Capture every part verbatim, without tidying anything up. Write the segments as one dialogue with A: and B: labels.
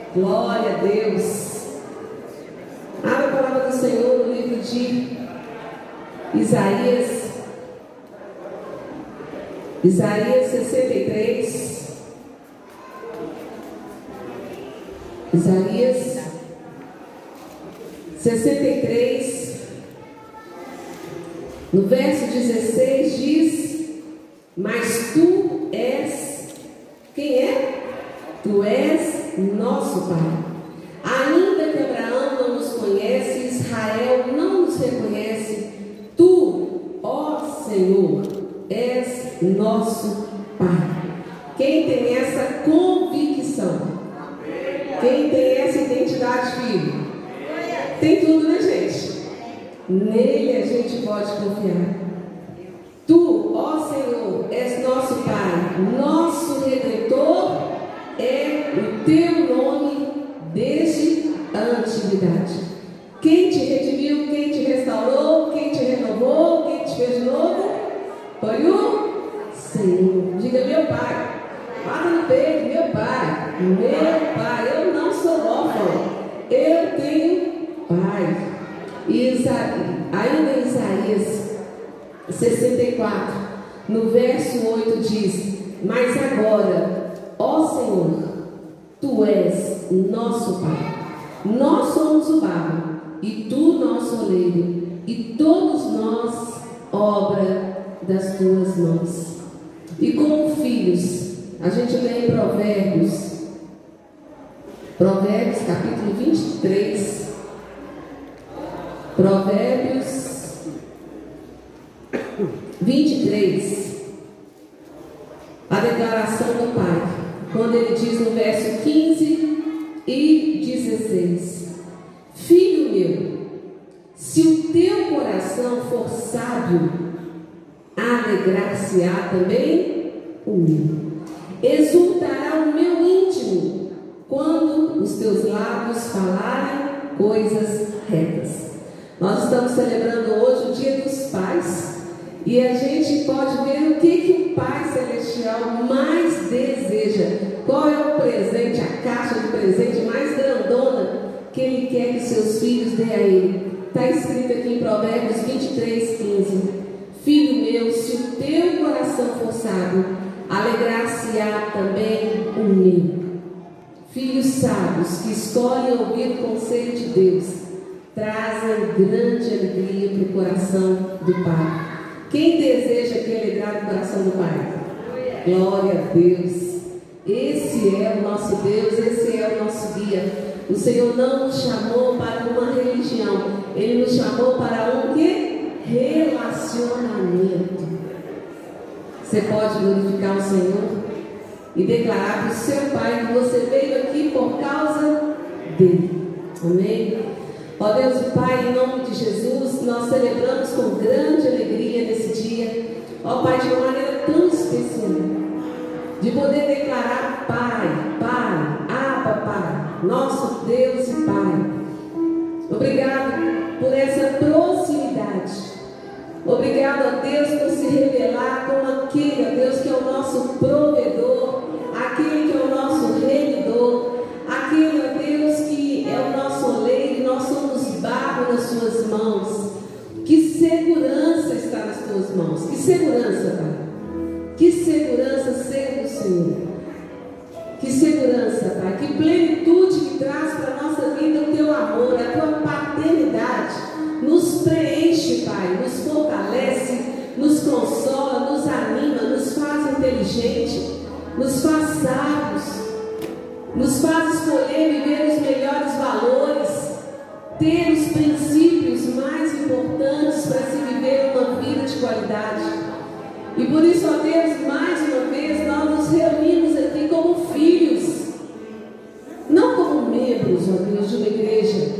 A: Glória a Deus. Abra a palavra do Senhor no livro de Isaías. Isaías sessenta e três. Isaías sessenta e três. No verso dezesseis diz: mas tu és, quem é? Tu és nosso Pai. Ainda que Abraão não nos conhece, Israel não nos reconhece, tu, ó Senhor, és nosso Pai. Quem tem essa convicção? Quem tem essa identidade, filho? Tem tudo, né, gente? Nele a gente pode confiar. Tu, ó Senhor, és nosso Pai, nosso Redentor é o teu nome desde a antiguidade. Quem te redimiu, quem te restaurou, quem te renovou, quem te fez de novo? Foi o Senhor. Diga: meu Pai. Bata no peito: meu Pai. Meu Pai. Eu não sou órfão, eu tenho Pai. Isa... Ainda em Isaías sessenta e quatro, no verso oito diz: mas agora, ó Senhor, tu és nosso Pai. Nós somos o barro e tu nosso oleiro, e todos nós obra das tuas mãos. E como filhos, a gente lê em Provérbios, Provérbios capítulo vinte e três, Provérbios vinte e três, a declaração do Pai, quando ele diz no verso quinze e dezesseis: filho meu, se o teu coração for sábio, alegrar-se-á também o meu. Exultará o meu íntimo quando os teus lábios falarem coisas retas. Nós estamos celebrando hoje o Dia dos Pais, e a gente pode ver o que, que o Pai Celestial mais deseja. Qual é o presente, a caixa de presente mais grandona que Ele quer que seus filhos dêem a Ele? Está escrito aqui em Provérbios vinte e três, quinze: filho meu, se o teu coração for sábio, alegrar-se-á também o meu. Filhos sábios que escolhem ouvir o conselho de Deus trazem grande alegria para o coração do Pai. Quem deseja que alegrar o coração do Pai? Glória a Deus. Esse é o nosso Deus, esse é o nosso guia. O Senhor não nos chamou para uma religião, Ele nos chamou para um quê? Relacionamento. Você pode glorificar o Senhor e declarar para o seu Pai que você veio aqui por causa dele. Amém? Ó Deus e Pai, em nome de Jesus, nós celebramos com grande alegria nesse dia, ó Pai, de uma maneira tão especial, de poder declarar: Pai, Pai, Abba, Pai, nosso Deus e Pai. Obrigado por essa proximidade. Obrigado, ó Deus, por se revelar como aquele, ó Deus, que é o nosso provedor, aquele que é o nosso remidor, aquele, ó Deus, que é o nosso oleiro, e nós somos barro nas suas mãos. Que segurança está nas tuas mãos. Que segurança, Pai. Que segurança ser do Senhor. Que segurança, Pai. Que plenitude que traz para a nossa vida o teu amor, a tua paternidade. Nos preenche, Pai. Nos fortalece, nos consola, nos anima, nos faz inteligente, nos faz sábios, nos faz escolher viver os melhores valores, ter os princípios mais importantes para se viver uma vida de qualidade. E por isso, ó Deus, mais uma vez nós nos reunimos aqui como filhos, não como membros, ó Deus, de uma igreja,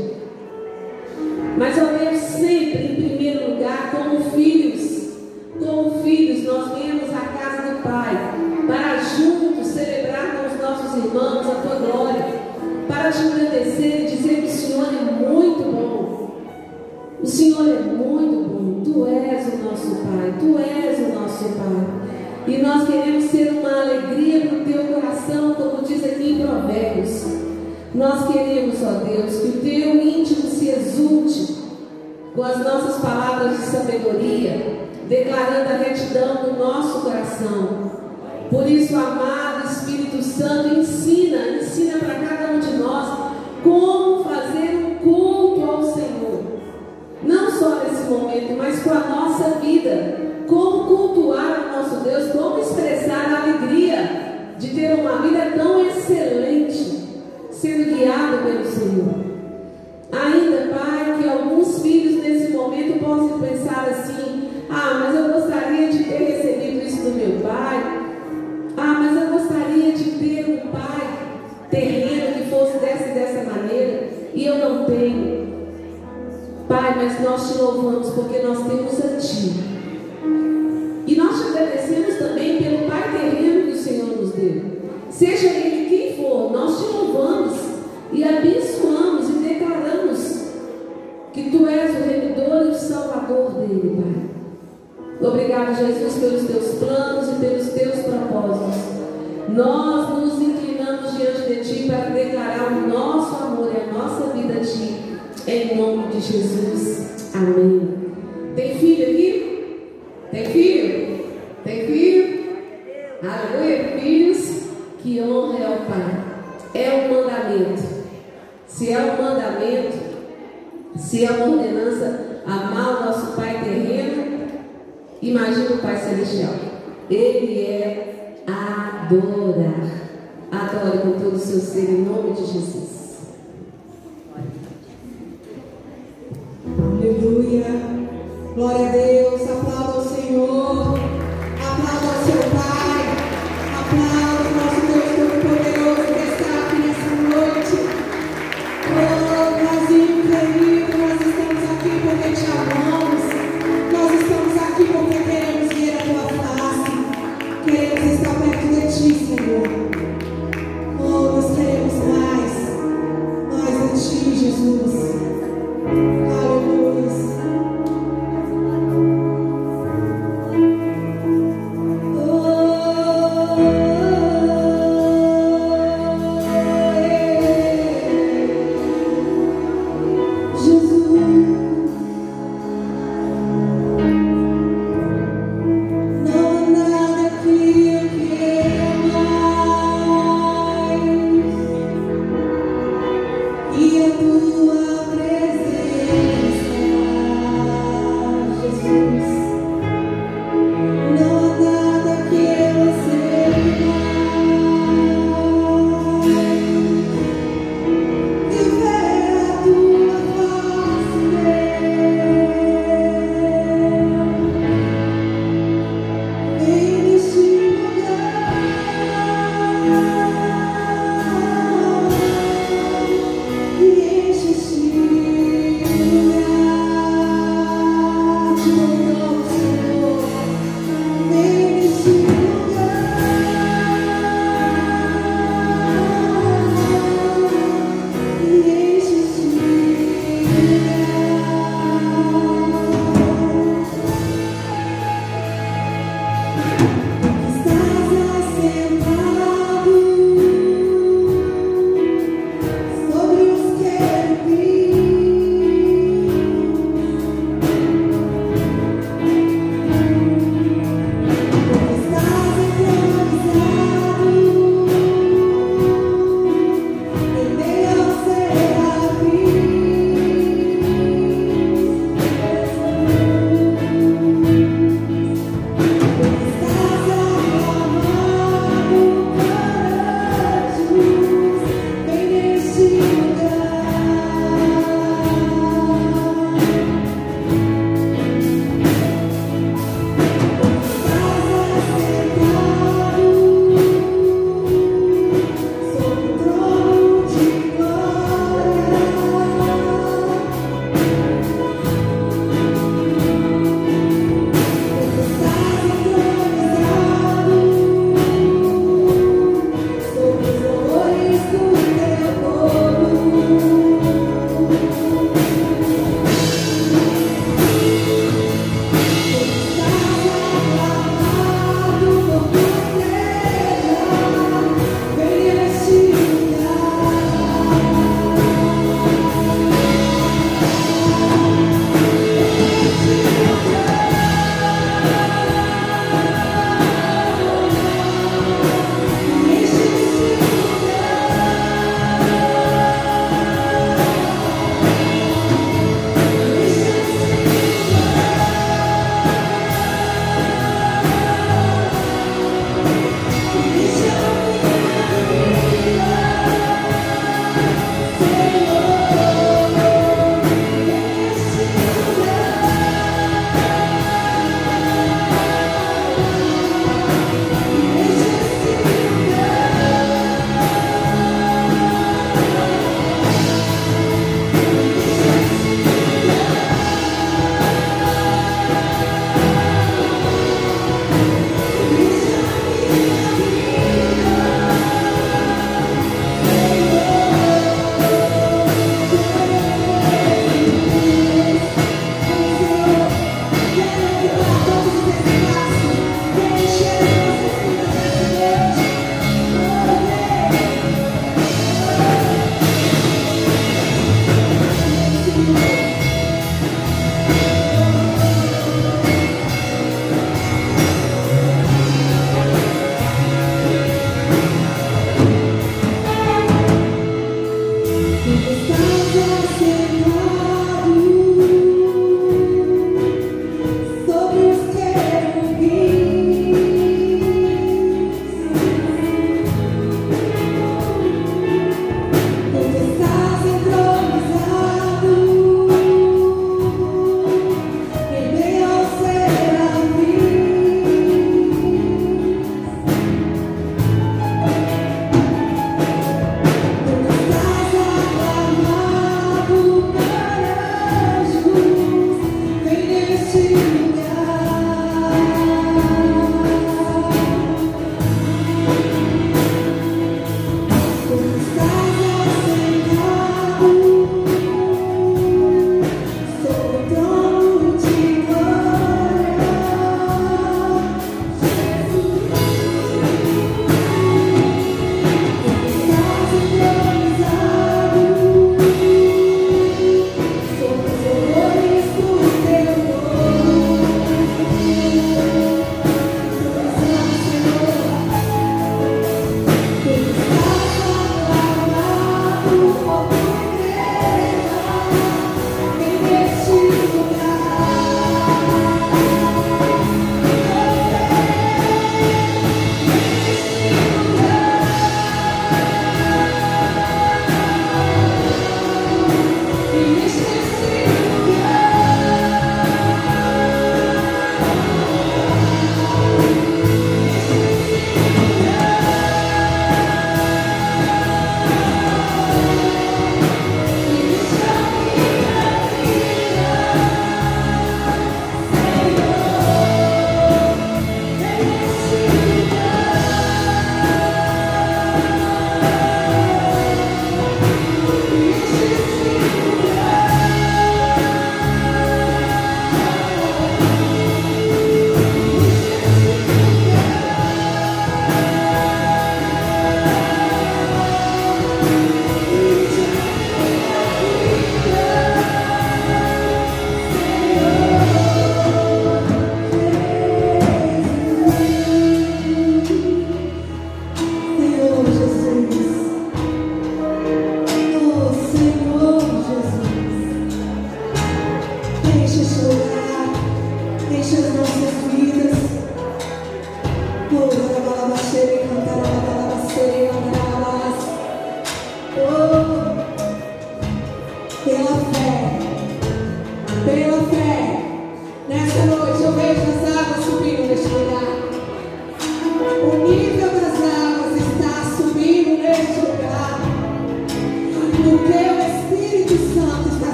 A: mas, ó Deus, sempre em primeiro lugar como filhos. Como filhos nós viemos à casa do Pai para juntos celebrar com os nossos irmãos a tua glória, para te agradecer e dizer que o Senhor é muito bom. O Senhor é muito bom. Tu és o nosso Pai, Tu és o nosso Pai. E nós queremos ser uma alegria para o teu coração, como diz aqui em Provérbios. Nós queremos, ó Deus, que o teu íntimo se exulte com as nossas palavras de sabedoria, declarando a retidão do nosso coração. Por isso, amado Espírito Santo, ensina, ensina para cada um de nós como fazer um culto ao Senhor. Não só nesse momento, mas com a nossa vida. Como cultuar o nosso Deus, como expressar a alegria de ter uma vida tão excelente, sendo guiado pelo Senhor. Ainda, Pai, que alguns filhos nesse momento possam pensar assim: ah, mas eu gostaria de ter recebido isso do meu pai. Ah, mas eu gostaria de ter um pai terreno que fosse dessa e dessa maneira, e eu não tenho. Pai, mas nós te louvamos porque nós temos a Ti. E nós te agradecemos também pelo pai terreno que o Senhor nos deu. Seja ele quem for, nós te louvamos e abençoamos e declaramos que Tu és o remidor e o salvador dele, Pai. Obrigado, Jesus, pelos Teus planos e pelos Teus propósitos. Nós nos inclinamos diante de Ti para declarar o nosso amor e a nossa vida a Ti, em nome de Jesus. Amém. Tem filho aqui? Tem filho? Tem filho? Aleluia. Filhos, que honra é ao Pai. É um mandamento. Se é um mandamento, se é uma ordenança, amar o nosso Pai terreno, imagina o Pai celestial. Ele é adorar. Adore com todo o seu ser em nome de Jesus.
B: Aleluia. Glória a Deus. Aplauda ao Senhor. Aplauda ao seu Pai. Aplauda o nosso Deus Todo-Poderoso que está aqui nessa noite. Oh, Brasil querido, nós estamos aqui porque te amamos. Nós estamos aqui porque queremos ver a tua face. Queremos estar perto de ti, Senhor. Oh, nós queremos mais.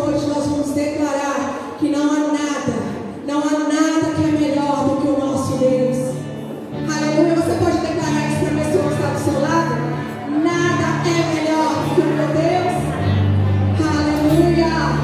B: noite nós vamos declarar que não há nada, não há nada que é melhor do que o nosso Deus. Aleluia. Você pode declarar isso para a pessoa que está do seu lado? Nada é melhor do que o meu Deus. Aleluia.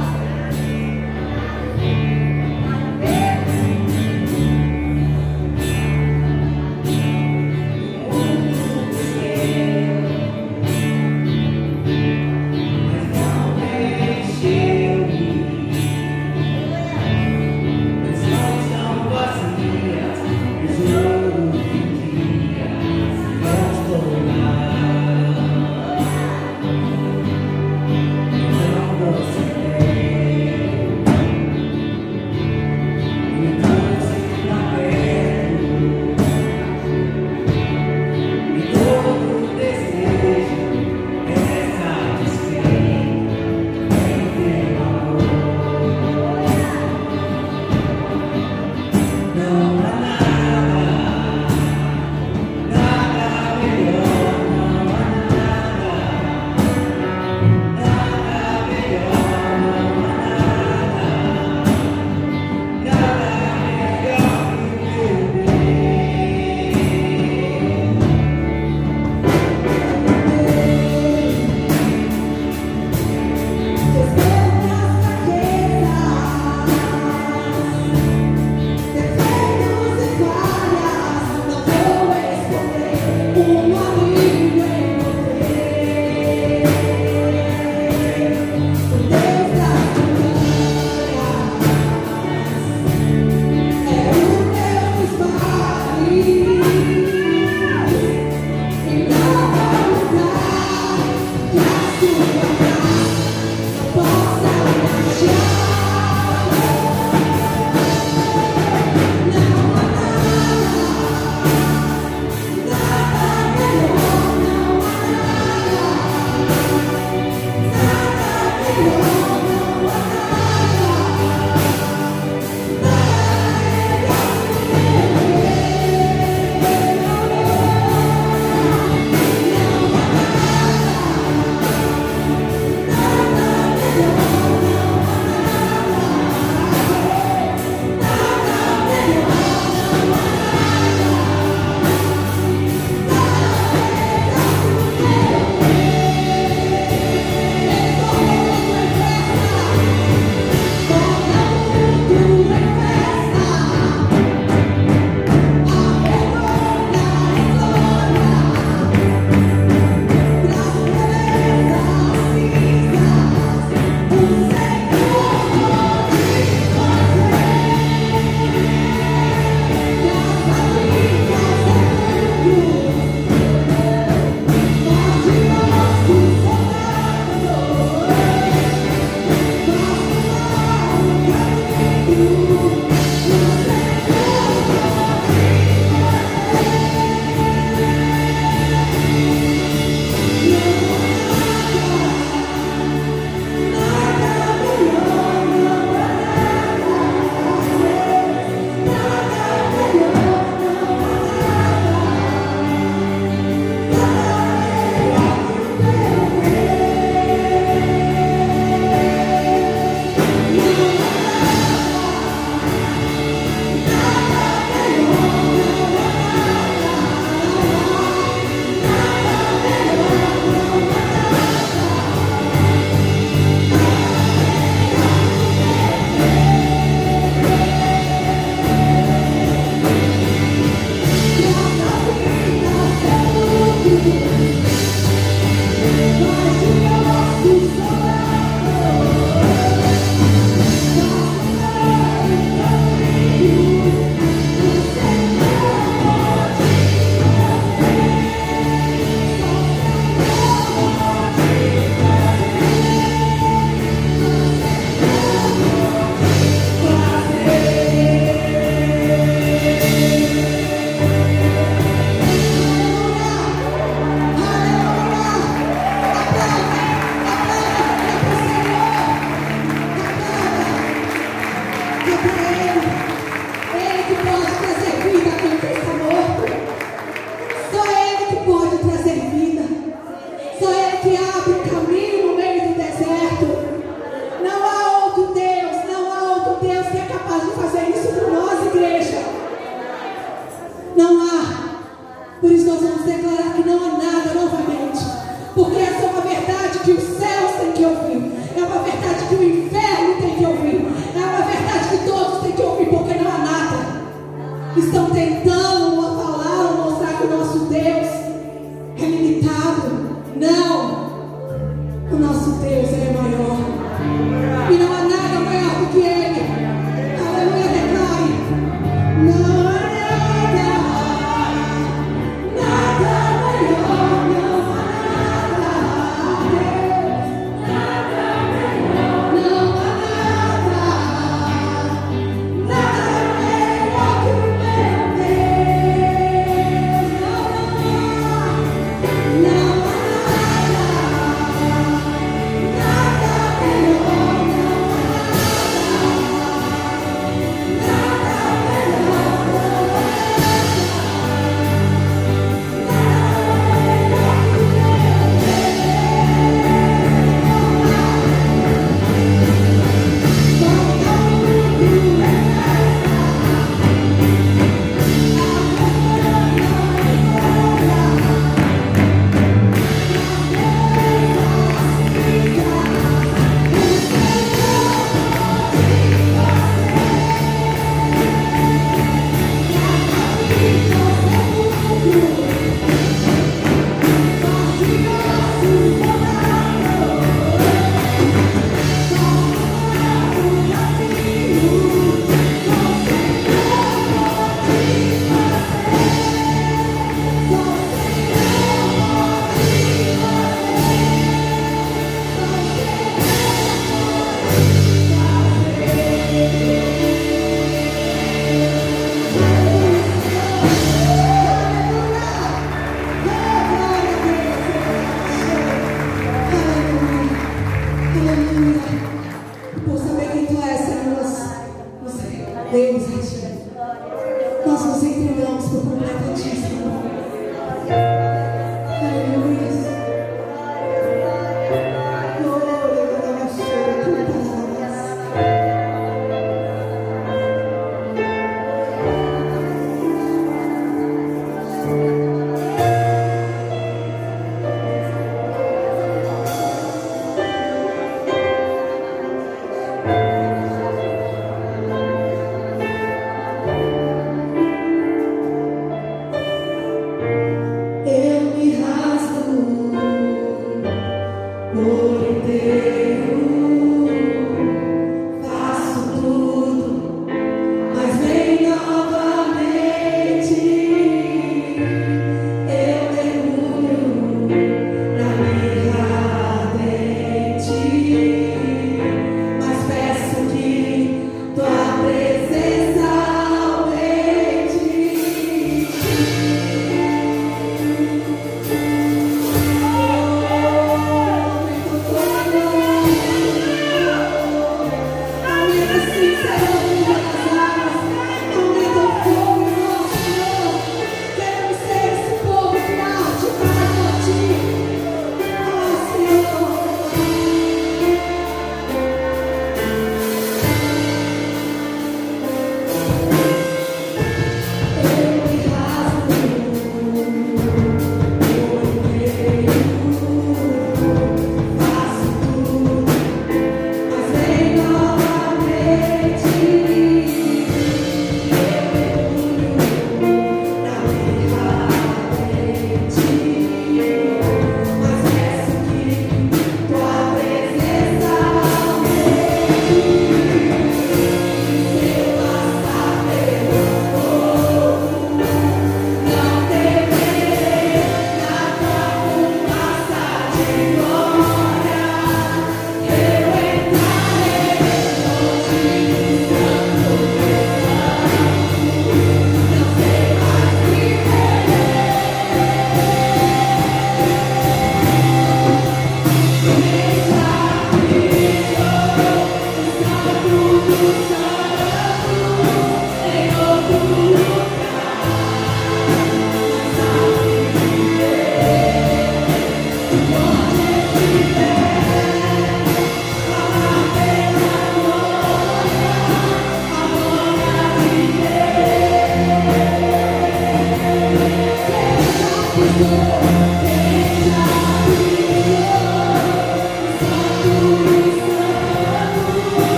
B: estão tentando falar ou mostrar que o nosso Deus é limitado. Não, o nosso Deus ele é maior e não há nada maior do que Ele. Aleluia, declare. Não há nada, nada maior, não há nada, Deus, nada maior, não há nada, nada melhor que o meu Deus. Não, não há, não há por saber quem Tu és, Senhor, nós nos rendemos a Ti. Nós nos entregamos por completo a Ti, Senhor. Aleluia.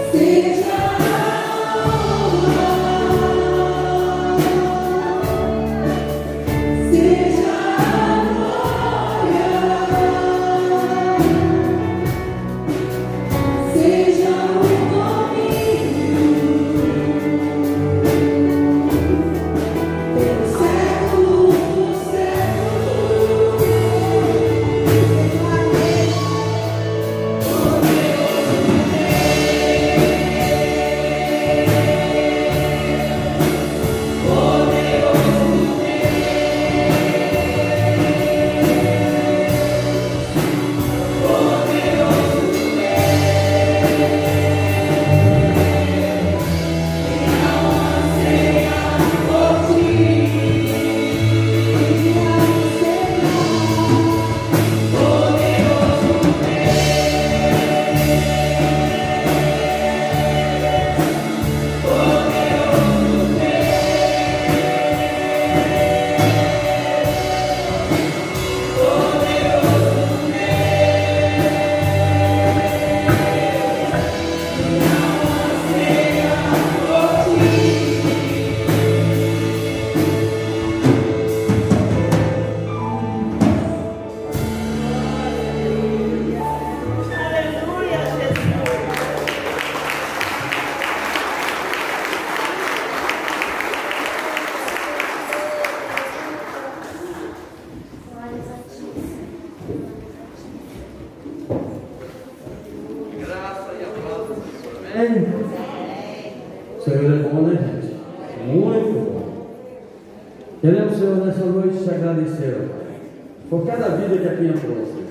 C: O Senhor é bom, né, gente? Muito bom. Queremos, Senhor, nessa noite te agradecer por cada vida que aqui entrou, Senhor.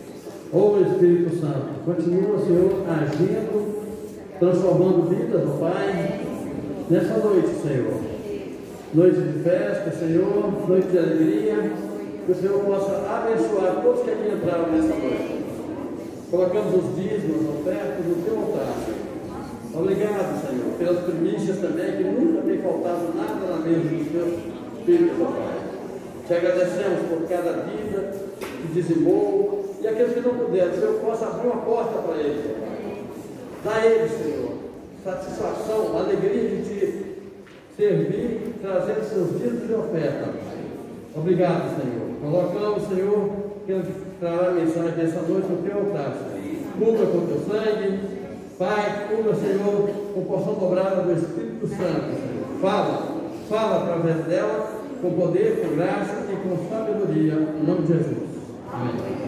C: Ô Espírito Santo, continua, Senhor, agindo, transformando vidas, ó Pai, nessa noite, Senhor. Noite de festa, Senhor, noite de alegria, que o Senhor possa abençoar todos que aqui entraram nessa noite. Colocamos os dízimos, ofertas no teu altar, Senhor. Obrigado, Senhor, pelas primícias também, que nunca tem faltado nada na mesa dos teus filhos, ó Pai. Te agradecemos por cada vida que dizimou, e aqueles que não puderam, Senhor, possa abrir uma porta para eles, ó Pai. Dá a eles, Senhor, satisfação, alegria de te servir, trazendo seus dízimos de oferta, Pai. Obrigado, Senhor. Colocamos, Senhor, que trará a mensagem dessa noite no teu altar, Senhor. Cubra com teu sangue. Pai, cubra, Senhor, com porção dobrada do Espírito Santo, Senhor. Fala, fala através dela, com poder, com graça e com sabedoria, em nome de Jesus. Amém.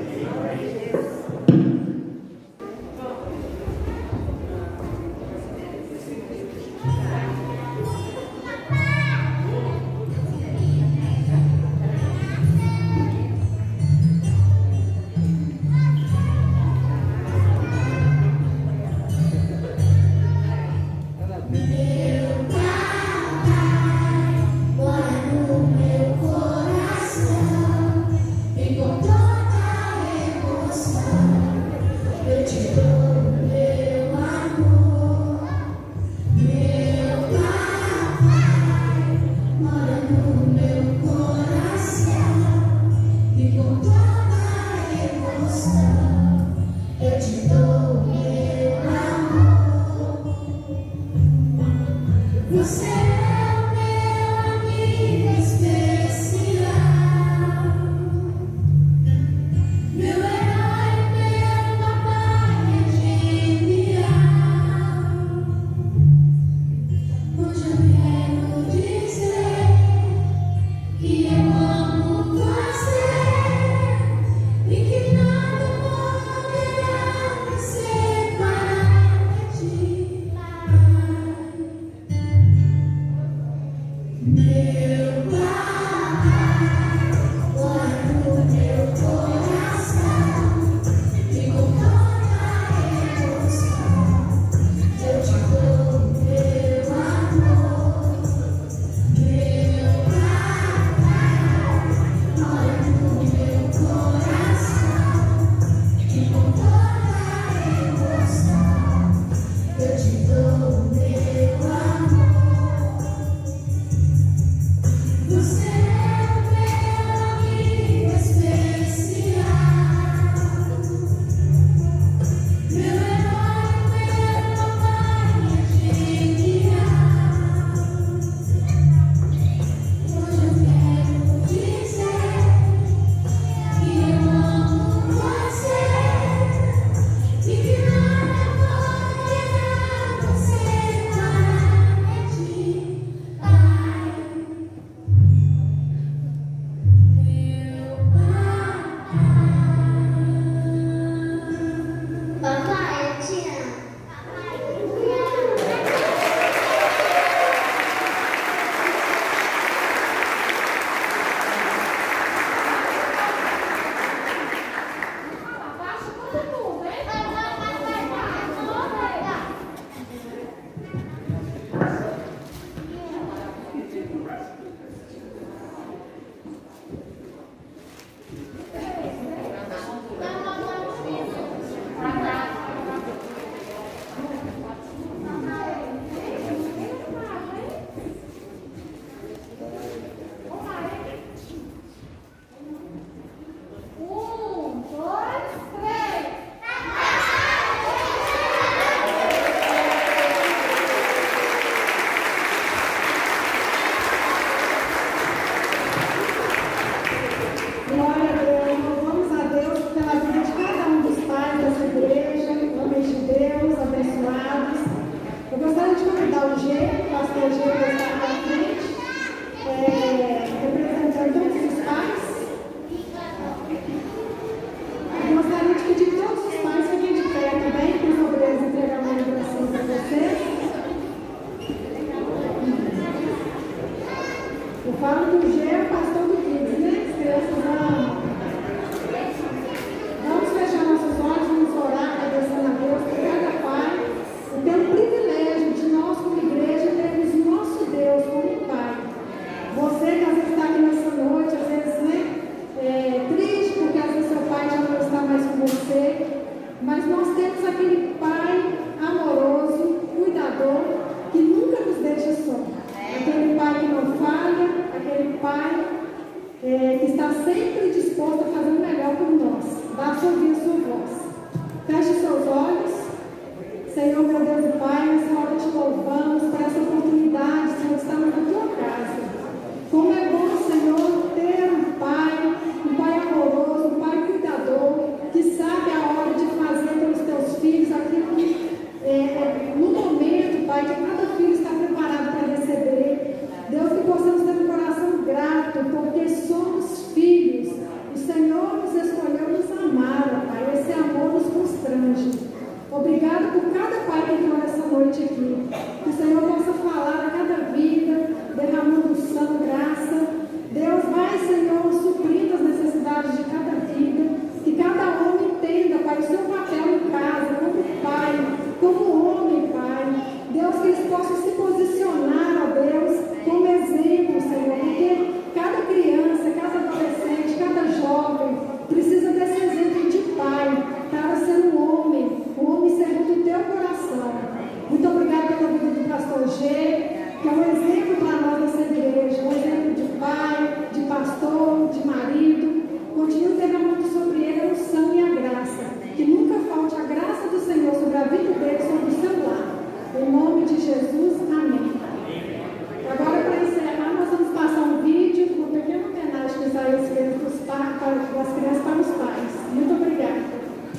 D: Encontrou a emoção.
B: que o G é pastor do Kids, né? As crianças amam. Vamos fechar nossos olhos, vamos orar, agradecendo a Deus por cada pai e pelo privilégio de nós, como igreja, termos o nosso Deus como Pai. Você que às vezes está aqui nessa noite, às vezes, né, é triste porque às vezes seu pai já não está mais com você, mas nós temos aquele Pai amoroso, cuidador, que nunca nos deixa só. Aquele Pai que não falha, aquele Pai é, que está sempre disposto a fazer o melhor por nós. Basta ouvir a sua voz. Feche seus olhos. Senhor, meu Deus e Pai, nessa hora te louvamos por essa oportunidade, Senhor, de estarmos na tua casa. Como é bom, Senhor, ter um Pai, um Pai amoroso, um Pai cuidador, que sabe a hora de fazer pelos teus filhos aquilo que, é, no momento, Pai, que cada filho está preparado para receber. Deus, que possamos ter um coração grato, porque somos filhos. O Senhor nos escolheu nos amar, Pai. Esse amor nos constrange. Obrigado por cada pai que entrou nessa noite aqui. Que o Senhor possa falar a cada vida, derramando unção, graça. Deus vai, Senhor, suprindo as necessidades de cada vida. Que cada homem entenda, Pai, o seu papel em casa, como pai, como homem, Pai. Deus, que eles possam se posicionar, ó Deus, como exemplo, Senhor. Porque cada criança, cada adolescente, cada jovem precisa desse exemplo de pai, para ser um homem, um homem segundo o teu coração. Muito obrigada pela vida do pastor G, que é um exemplo para nós nessa igreja, um exemplo de pai, de pastor, de marido. Continue derramando sobre ele a unção e a graça, que nunca falte a graça do Senhor sobre a vida dele, sobre o seu lar. Em nome de Jesus, amém. Agora, para encerrar, nós vamos passar um vídeo, uma pequena homenagem que Isaías fez para os pa- para as crianças para os pais. Muito obrigada.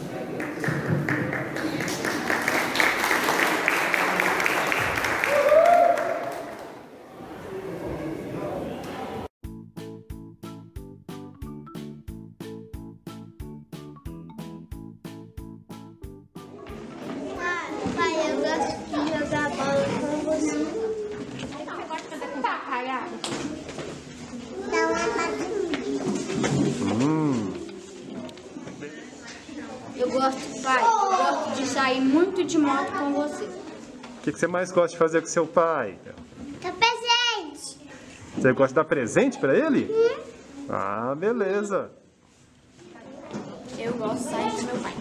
D: Pai, eu gosto de jogar bola com você. Você gosta de fazer com papagaio? Dá uma patinha.
E: Hum.
D: Eu gosto, pai, eu gosto de sair muito de moto com você.
E: O que, que você mais gosta de fazer com seu pai?
D: Tá presente.
E: Você gosta de dar presente pra ele? Hum. Ah, beleza.
D: Eu gosto de sair com meu pai.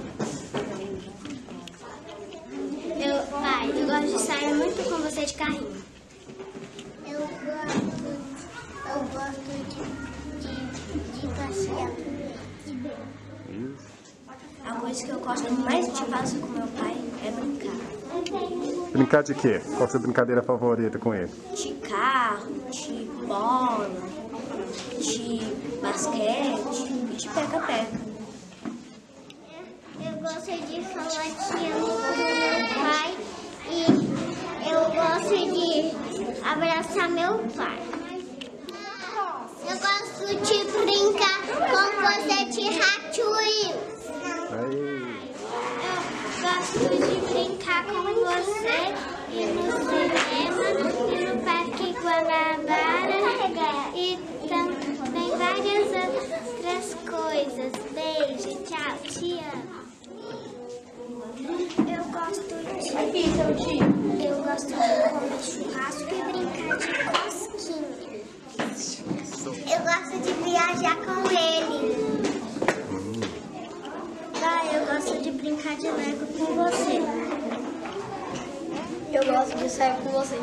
D: Eu, pai, eu gosto de sair muito com você de carrinho. Eu gosto, eu gosto de, de, de passear.
E: Isso.
D: A coisa que eu gosto mais de fazer com meu pai é brincar.
E: Brincar de quê? Qual é a sua brincadeira favorita com ele?
D: De carro, de bola, de basquete e de pega-pega. Eu gosto de falar te amo com meu pai e eu gosto de abraçar meu pai. Eu gosto de brincar com você de Hot Wheels.
E: Aí.
D: Eu gosto de brincar com você e no cinema e no Parque Guanabara e também várias outras coisas. Beijo, tchau, te amo. Eu gosto de... Eu gosto de comer churrasco e brincar de cosquinha. Eu gosto de viajar com ele. Ah, eu gosto de brincar de Lego com você. Eu gosto de sair com você.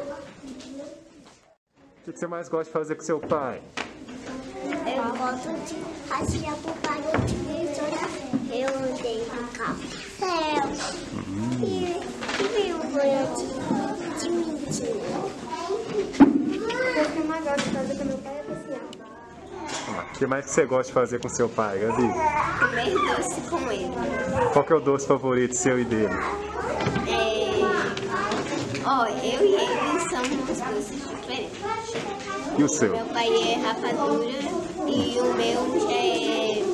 E: O que, que você mais gosta de fazer com seu pai?
D: Eu gosto de passear por várias divisões. Eu andei no carrossel e vi um boiadinho de mentira. O que eu mais gosto de fazer com meu pai é passear.
E: O que mais que você gosta de fazer com seu pai, Gabi?
D: Comer doce com ele.
E: Qual que é o doce favorito seu e dele?
D: É... Ó, eu e ele somos doces diferentes.
E: E o seu?
D: Meu pai é rapadura e o meu já é...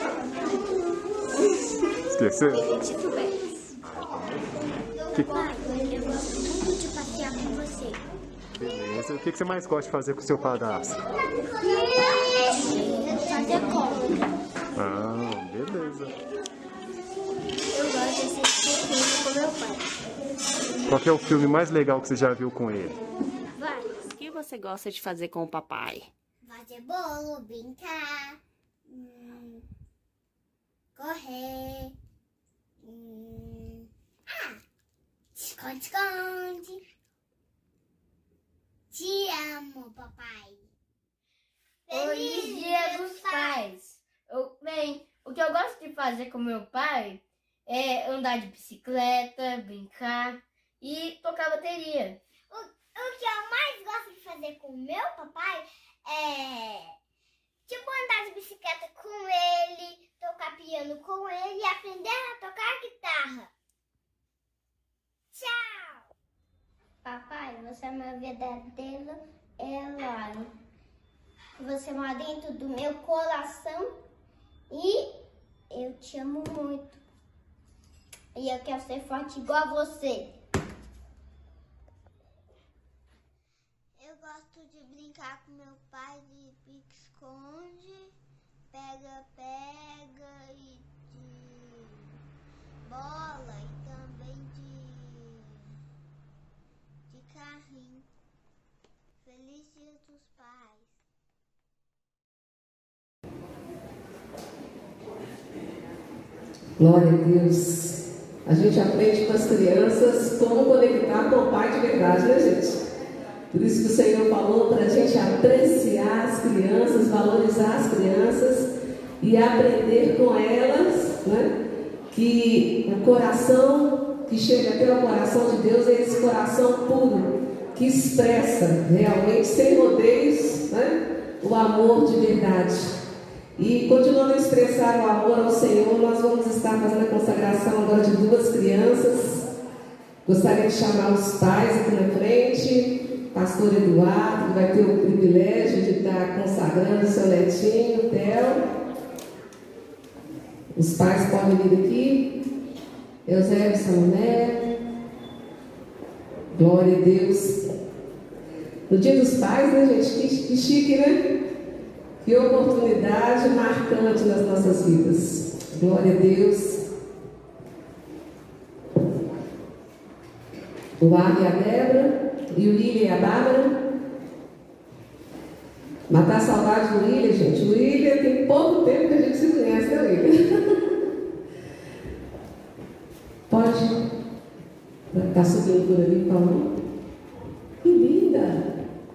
E: Esqueceu?
D: titubetes.
E: Que...
D: Pai, eu gosto muito de passear com você.
E: beleza. O que você mais gosta de fazer com o seu padrasto?
D: Fazer compra.
E: Ah, beleza.
D: Eu gosto de assistir filme com meu pai.
E: Qual que é o filme mais legal que você já viu com ele?
D: Vários.
F: O que você gosta de fazer com o papai?
D: Fazer bolo, brincar, hum, correr, hum, ah, esconde-esconde. Te amo, papai.
G: Feliz Dia dos Pais! Eu, bem, o que eu gosto de fazer com meu pai é andar de bicicleta, brincar e tocar bateria.
D: O, o que eu mais gosto de fazer com o meu papai é tipo andar de bicicleta com ele, tocar piano com ele e aprender a tocar guitarra. Tchau! Papai, você é meu verdadeiro herói. Você mora dentro do meu coração e eu te amo muito. E eu quero ser forte igual a você. Eu gosto de brincar com meu pai de pique-esconde, pega-pega e de bola e também de, de carrinho. Feliz Dia dos Pais.
A: Glória a Deus. A gente aprende com as crianças como conectar com o Pai de verdade, né, gente? Por isso que o Senhor falou para a gente apreciar as crianças, valorizar as crianças e aprender com elas, né? Que o coração que chega até o coração de Deus é esse coração puro, que expressa realmente, sem rodeios, né? O amor de verdade. E continuando a expressar o amor ao Senhor, nós vamos estar fazendo a consagração agora de duas crianças. Gostaria de chamar os pais aqui na frente, pastor Eduardo, que vai ter o privilégio de estar consagrando seu netinho, Theo. Os pais podem vir aqui. Eusébio Salomé. Glória a Deus. No Dia dos Pais, né, gente? Que, que chique, né? Que oportunidade marcante nas nossas vidas. Glória a Deus. O Ar e a Débora, e o William e a Bárbara. Matar a saudade do William, gente. O William tem pouco tempo que a gente se conhece, né, William? Pode. Está subindo por ali, Paulo. Que linda!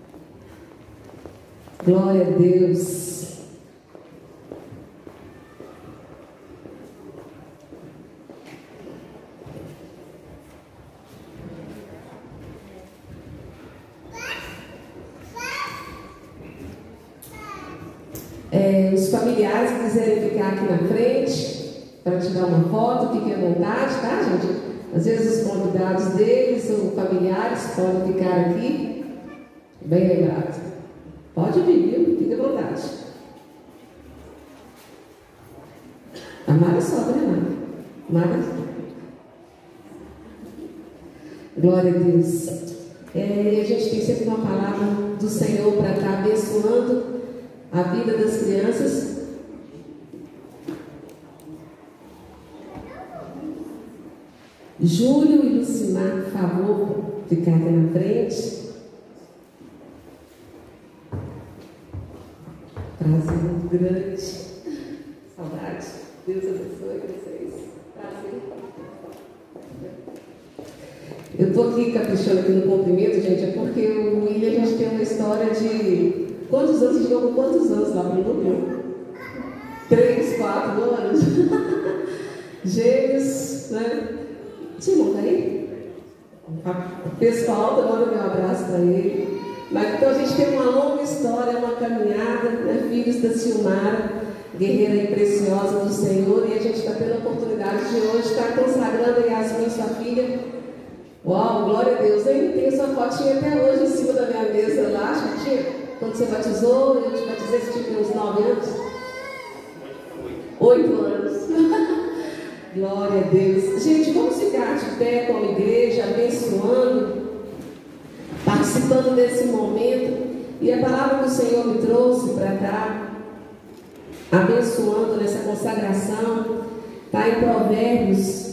A: Glória a Deus. É, os familiares que quiserem ficar aqui na frente para tirar uma foto, fiquem à vontade, tá, gente? Às vezes os convidados deles ou familiares podem ficar aqui. Bem lembrado. Pode vir, viu? Fique à vontade. A Mara sobe, né, Mara? Mara. Glória a Deus. É, a gente tem sempre uma palavra do Senhor para estar abençoando a vida das crianças. Júlio e Lucimar, por favor, ficar aqui na frente. Prazer muito grande. Saudade. Deus abençoe vocês. Prazer. Eu estou aqui caprichando aqui no cumprimento, gente, é porque o William, a gente tem uma história de... Quantos anos? A gente jogou quantos anos lá no núcleo? Três, quatro anos. Gêmeos, né? Seu irmão tá aí? Pessoal, manda meu abraço para ele. Mas então a gente tem uma longa história, uma caminhada, né? Filhos da Silmara, guerreira e preciosa do Senhor, e a gente está tendo a oportunidade de hoje estar consagrando a Yasmin, sua filha. Uau, glória a Deus. Eu tenho sua fotinha até hoje em cima da minha mesa lá, Chiquinha. Quando você batizou, eu te batizei, você tinha uns nove anos? Oito anos. Glória a Deus. Gente, vamos ficar de pé como igreja, abençoando participando desse momento. E a palavra que o Senhor me trouxe para estar abençoando nessa consagração está em Provérbios,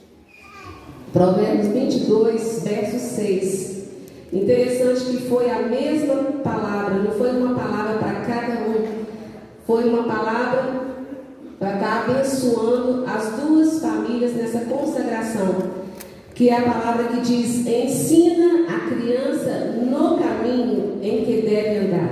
A: Provérbios vinte e dois, verso seis. Interessante que foi a mesma palavra, não foi uma palavra para cada um, foi uma palavra para estar abençoando as duas famílias nessa consagração, que é a palavra que diz: ensina a criança no caminho em que deve andar,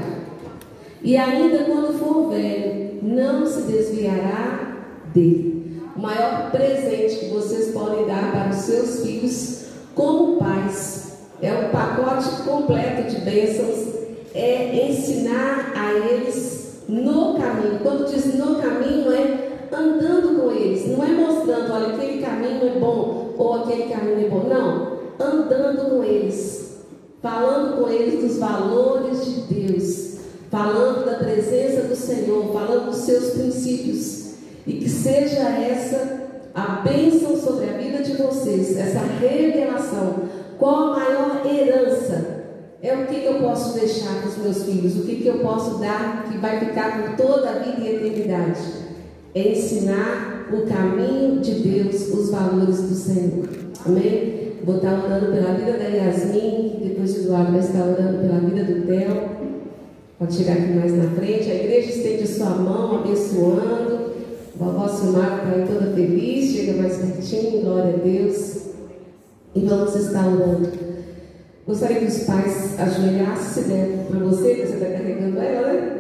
A: e ainda quando for velho, não se desviará dele. O maior presente que vocês podem dar para os seus filhos como pais, é o pacote completo de bênçãos, é ensinar a eles no caminho. Quando diz no caminho, é andando com eles, não é mostrando, olha, aquele caminho é bom ou aquele caminho é bom, não, andando com eles, falando com eles dos valores de Deus, falando da presença do Senhor, falando dos seus princípios, e que seja essa a bênção sobre a vida de vocês, essa revelação. Qual a maior herança? É o que eu posso deixar para os meus filhos, o que eu posso dar que vai ficar por toda a vida e eternidade. É ensinar o caminho de Deus, os valores do Senhor. Amém? Vou estar orando pela vida da Yasmin, depois o Eduardo vai estar orando pela vida do Theo. Pode chegar aqui mais na frente. A igreja estende sua mão, abençoando. A vovó Silmara está aí toda feliz, chega mais pertinho, glória a Deus. E vamos estar orando. Gostaria que os pais ajoelhassem, se der para você, que você está carregando ela, né?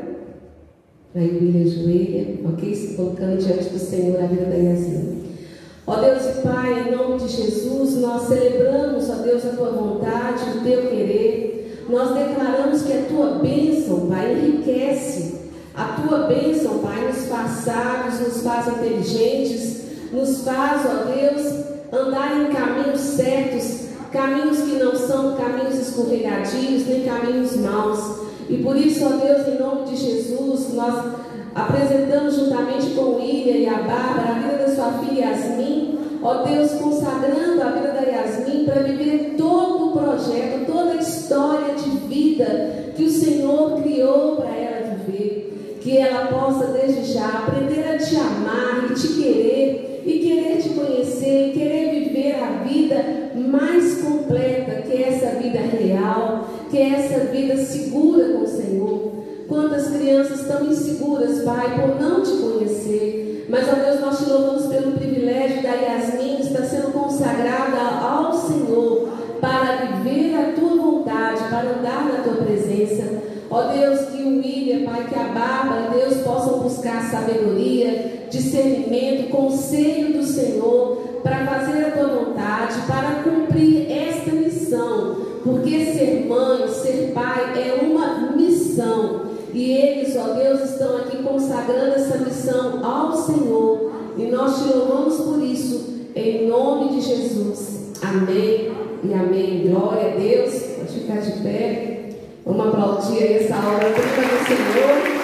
A: Aí o William ajoelha, ok? Se colocando diante do Senhor a vida da Yasmin. Ó Deus e Pai, em nome de Jesus, nós celebramos, ó Deus, a Tua vontade, o Teu querer. Nós declaramos que a Tua bênção, Pai, enriquece. A Tua bênção, Pai, nos faz sábios, nos faz inteligentes, nos faz, ó Deus, andar em caminhos certos, caminhos que não são caminhos escorregadios, nem caminhos maus. E por isso, ó Deus, em nome de Jesus, nós apresentamos juntamente com o William e a Bárbara a vida da sua filha Yasmin, ó Deus, consagrando a vida da Yasmin para viver todo o projeto, toda a história de vida que o Senhor criou para ela viver. Que ela possa, desde já, aprender a te amar e te querer, e querer te conhecer, e querer viver a vida mais completa, que é essa vida real, que é essa vida segura com o Senhor. Quantas crianças estão inseguras, Pai, por não te conhecer, mas, ó Deus, nós te louvamos pelo privilégio da Yasmin estar sendo consagrada ao Senhor, para viver a Tua vontade, para andar na Tua presença. Ó Deus, que o William, Pai, que a Bárbara, Deus, possam buscar sabedoria, discernimento, conselho do Senhor, para fazer a Tua vontade, para cumprir esta missão, porque ser mãe, ser pai é uma missão, e eles, ó Deus, estão aqui consagrando essa missão ao Senhor, e nós te louvamos por isso, em nome de Jesus. Amém e amém. Glória a Deus. Pode ficar de pé. Vamos aplaudir aí essa hora prima do Senhor.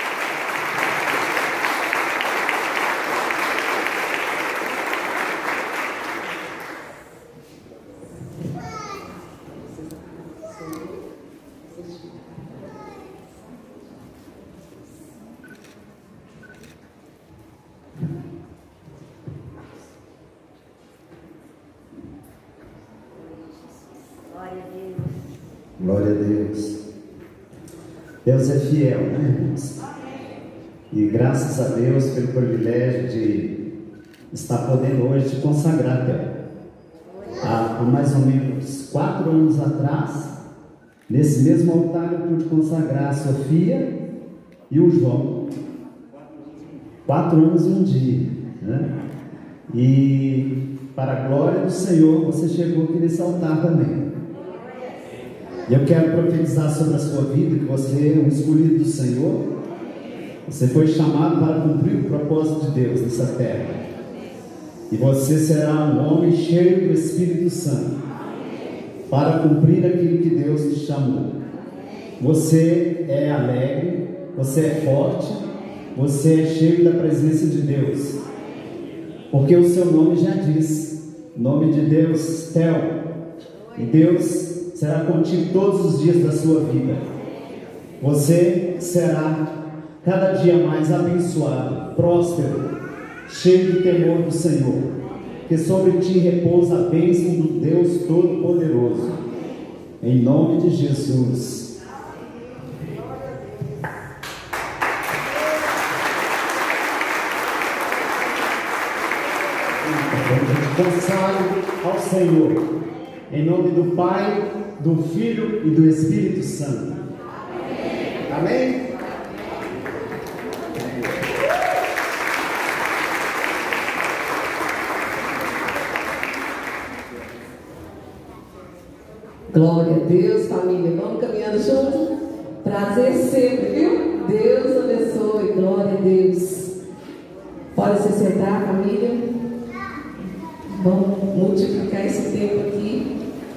H: Glória a Deus. Deus é fiel, né, irmãos? E graças a Deus pelo privilégio de estar podendo hoje te consagrar, Theo. Há, há mais ou menos quatro anos atrás, nesse mesmo altar eu pude consagrar a Sofia e o João. Quatro anos e um dia, né? E para a glória do Senhor, você chegou aqui nesse altar também. E eu quero profetizar sobre a sua vida que você é um escolhido do Senhor. Você foi chamado para cumprir o propósito de Deus nessa terra. E você será um homem cheio do Espírito Santo para cumprir aquilo que Deus te chamou. Você é alegre, você é forte, você é cheio da presença de Deus. Porque o seu nome já diz, nome de Deus, Theo. E Deus será contigo todos os dias da sua vida. Você será cada dia mais abençoado, próspero, cheio de temor do Senhor, que sobre ti repousa a bênção do Deus Todo-Poderoso. Em nome de Jesus. Consagre ao Senhor, em nome do Pai, do Filho e do Espírito Santo. Amém?
A: Glória a Deus, família. Vamos caminhando junto? Prazer sempre, viu? Deus abençoe. Glória a Deus. Pode se sentar, família. Vamos multiplicar esse tempo aqui.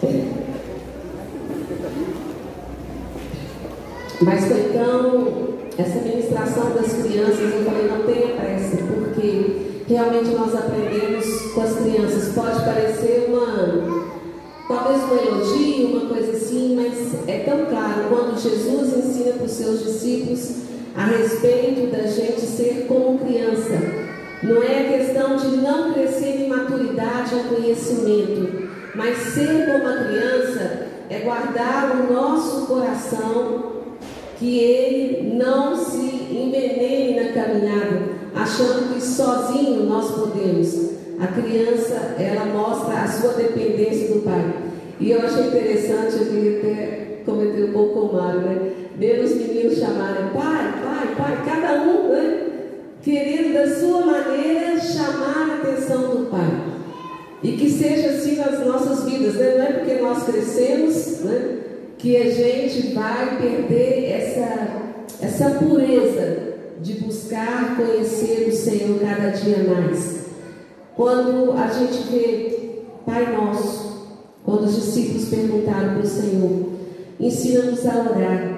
A: Mas então, essa ministração das crianças, eu falei, não tenha pressa, porque realmente nós aprendemos com as crianças. Pode parecer uma, talvez um elogio, uma coisa assim, mas é tão claro quando Jesus ensina para os seus discípulos a respeito da gente ser como criança. Não é a questão de não crescer em maturidade ou conhecimento, mas ser como a criança é guardar o nosso coração, que ele não se envenene na caminhada, achando que sozinho nós podemos. A criança, ela mostra a sua dependência do pai. E eu achei interessante, eu queria até cometer um pouco com o Mário, né? Ver os meninos chamarem pai, pai, pai, cada um, né? Querendo da sua maneira chamar a atenção do pai. E que seja assim nas nossas vidas, né? Não é porque nós crescemos, né, que a gente vai perder essa, essa pureza de buscar conhecer o Senhor cada dia mais. Quando a gente vê Pai Nosso, quando os discípulos perguntaram para o Senhor, ensina-nos a orar.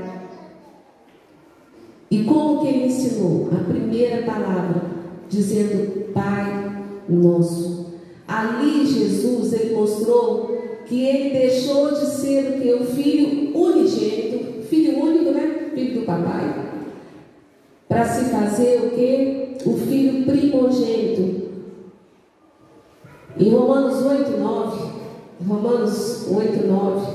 A: E como que ele ensinou? A primeira palavra, dizendo Pai Nosso. Ali Jesus, ele mostrou que ele deixou de ser o que? O filho unigênito, filho único, né? Filho do papai, para se fazer o que? O filho primogênito. Em Romanos oito, nove, Romanos oito, nove,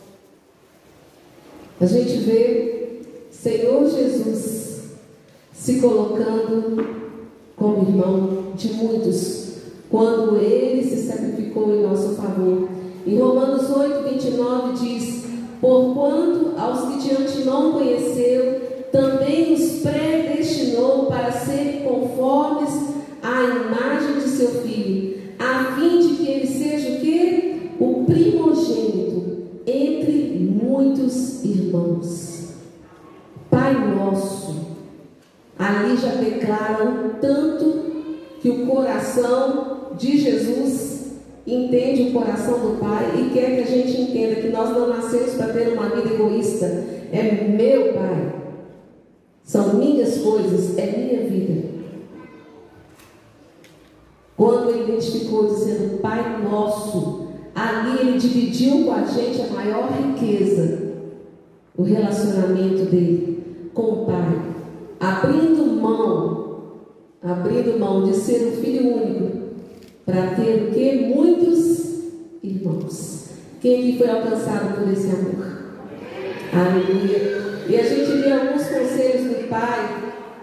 A: a gente vê Senhor Jesus se colocando como irmão de muitos, quando ele se sacrificou em nosso favor. Em Romanos oito, vinte e nove diz: porquanto aos que de antemão conheceu, também os predestinou para serem conformes à imagem de seu Filho, a fim de que ele seja o quê? O primogênito entre muitos irmãos. Pai Nosso, ali já declaram tanto que o coração de Jesus entende o coração do Pai e quer que a gente entenda que nós não nascemos para ter uma vida egoísta. É meu Pai, são minhas coisas, é minha vida. Quando ele identificou dizendo Pai Nosso, ali ele dividiu com a gente a maior riqueza, o relacionamento dele com o Pai, abrindo mão, abrindo mão de ser o filho único, para ter o que? Muitos irmãos. Quem que foi alcançado por esse amor? Aleluia. E a gente vê alguns conselhos do Pai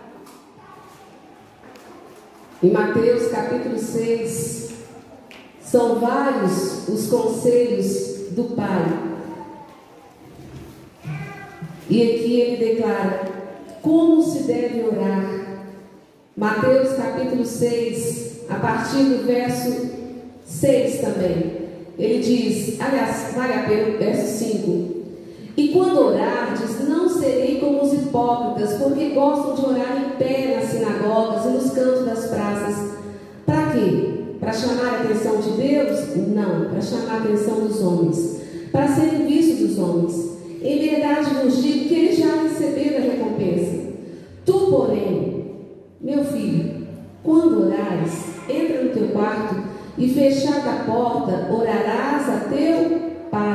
A: em Mateus capítulo seis. São vários os conselhos do Pai. E aqui ele declara como se deve orar. Mateus capítulo seis, a partir do verso seis também. Ele diz, aliás, vale a pena, verso cinco. E quando orardes, não serei como os hipócritas, porque gostam de orar em pé nas sinagogas e nos cantos das praças. Para quê? Para chamar a atenção de Deus? Não, para chamar a atenção dos homens, para serem vistos dos homens. Em verdade vos digo que eles já receberam a recompensa. Tu, porém, meu filho, quando orares, entra no teu quarto e, fechada a porta, orarás a teu Pai, que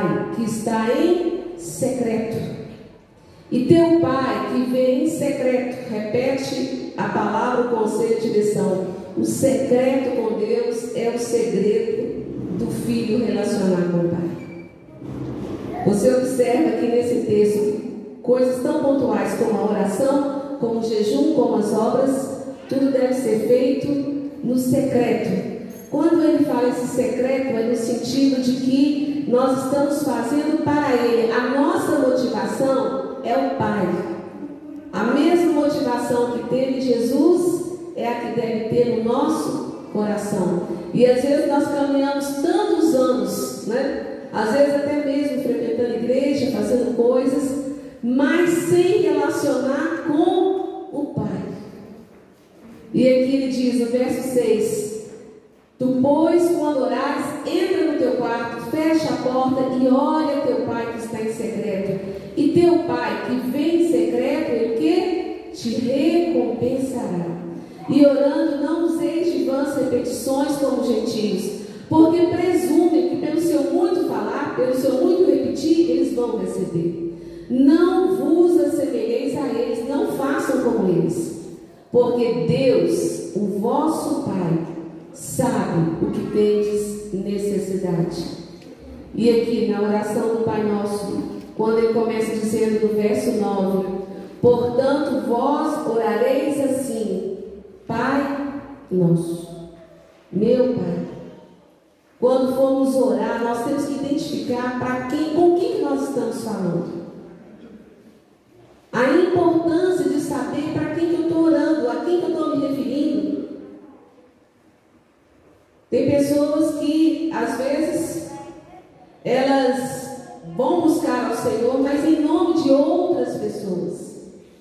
A: está em secreto. E teu Pai que vê em secreto, repete a palavra, o conselho de direção. O secreto com Deus é o segredo do filho relacionar com o Pai. Você observa aqui nesse texto coisas tão pontuais como a oração, como o jejum, como as obras, tudo deve ser feito no secreto. Quando ele fala esse secreto, é no sentido de que nós estamos fazendo para ele. A nossa motivação é o Pai. A mesma motivação que teve Jesus é a que deve ter no nosso coração. E às vezes nós caminhamos tantos anos, né? Às vezes até mesmo frequentando a igreja, fazendo coisas, mas sem relacionar com o Pai. E aqui ele diz no verso seis: tu, pois, quando orares, entra no teu quarto, fecha a porta e olha teu Pai que está em secreto. E teu Pai que vem em secreto, ele que te recompensará. E orando, não useis de vãs repetições como gentios, porque presumem que pelo seu muito falar, pelo seu muito repetir, eles vão receber. Não vos assemelheis a eles, não façam como eles, porque Deus, o vosso Pai, sabe o que tendes necessidade. E aqui na oração do Pai Nosso, quando ele começa dizendo no verso nove: portanto vós orareis assim, Pai Nosso, meu Pai. Quando formos orar, nós temos que identificar para quem, com quem nós estamos falando. A importância de saber para quem que eu estou orando, a quem que eu estou me referindo. Tem pessoas que, às vezes, elas vão buscar ao Senhor, mas em nome de outras pessoas.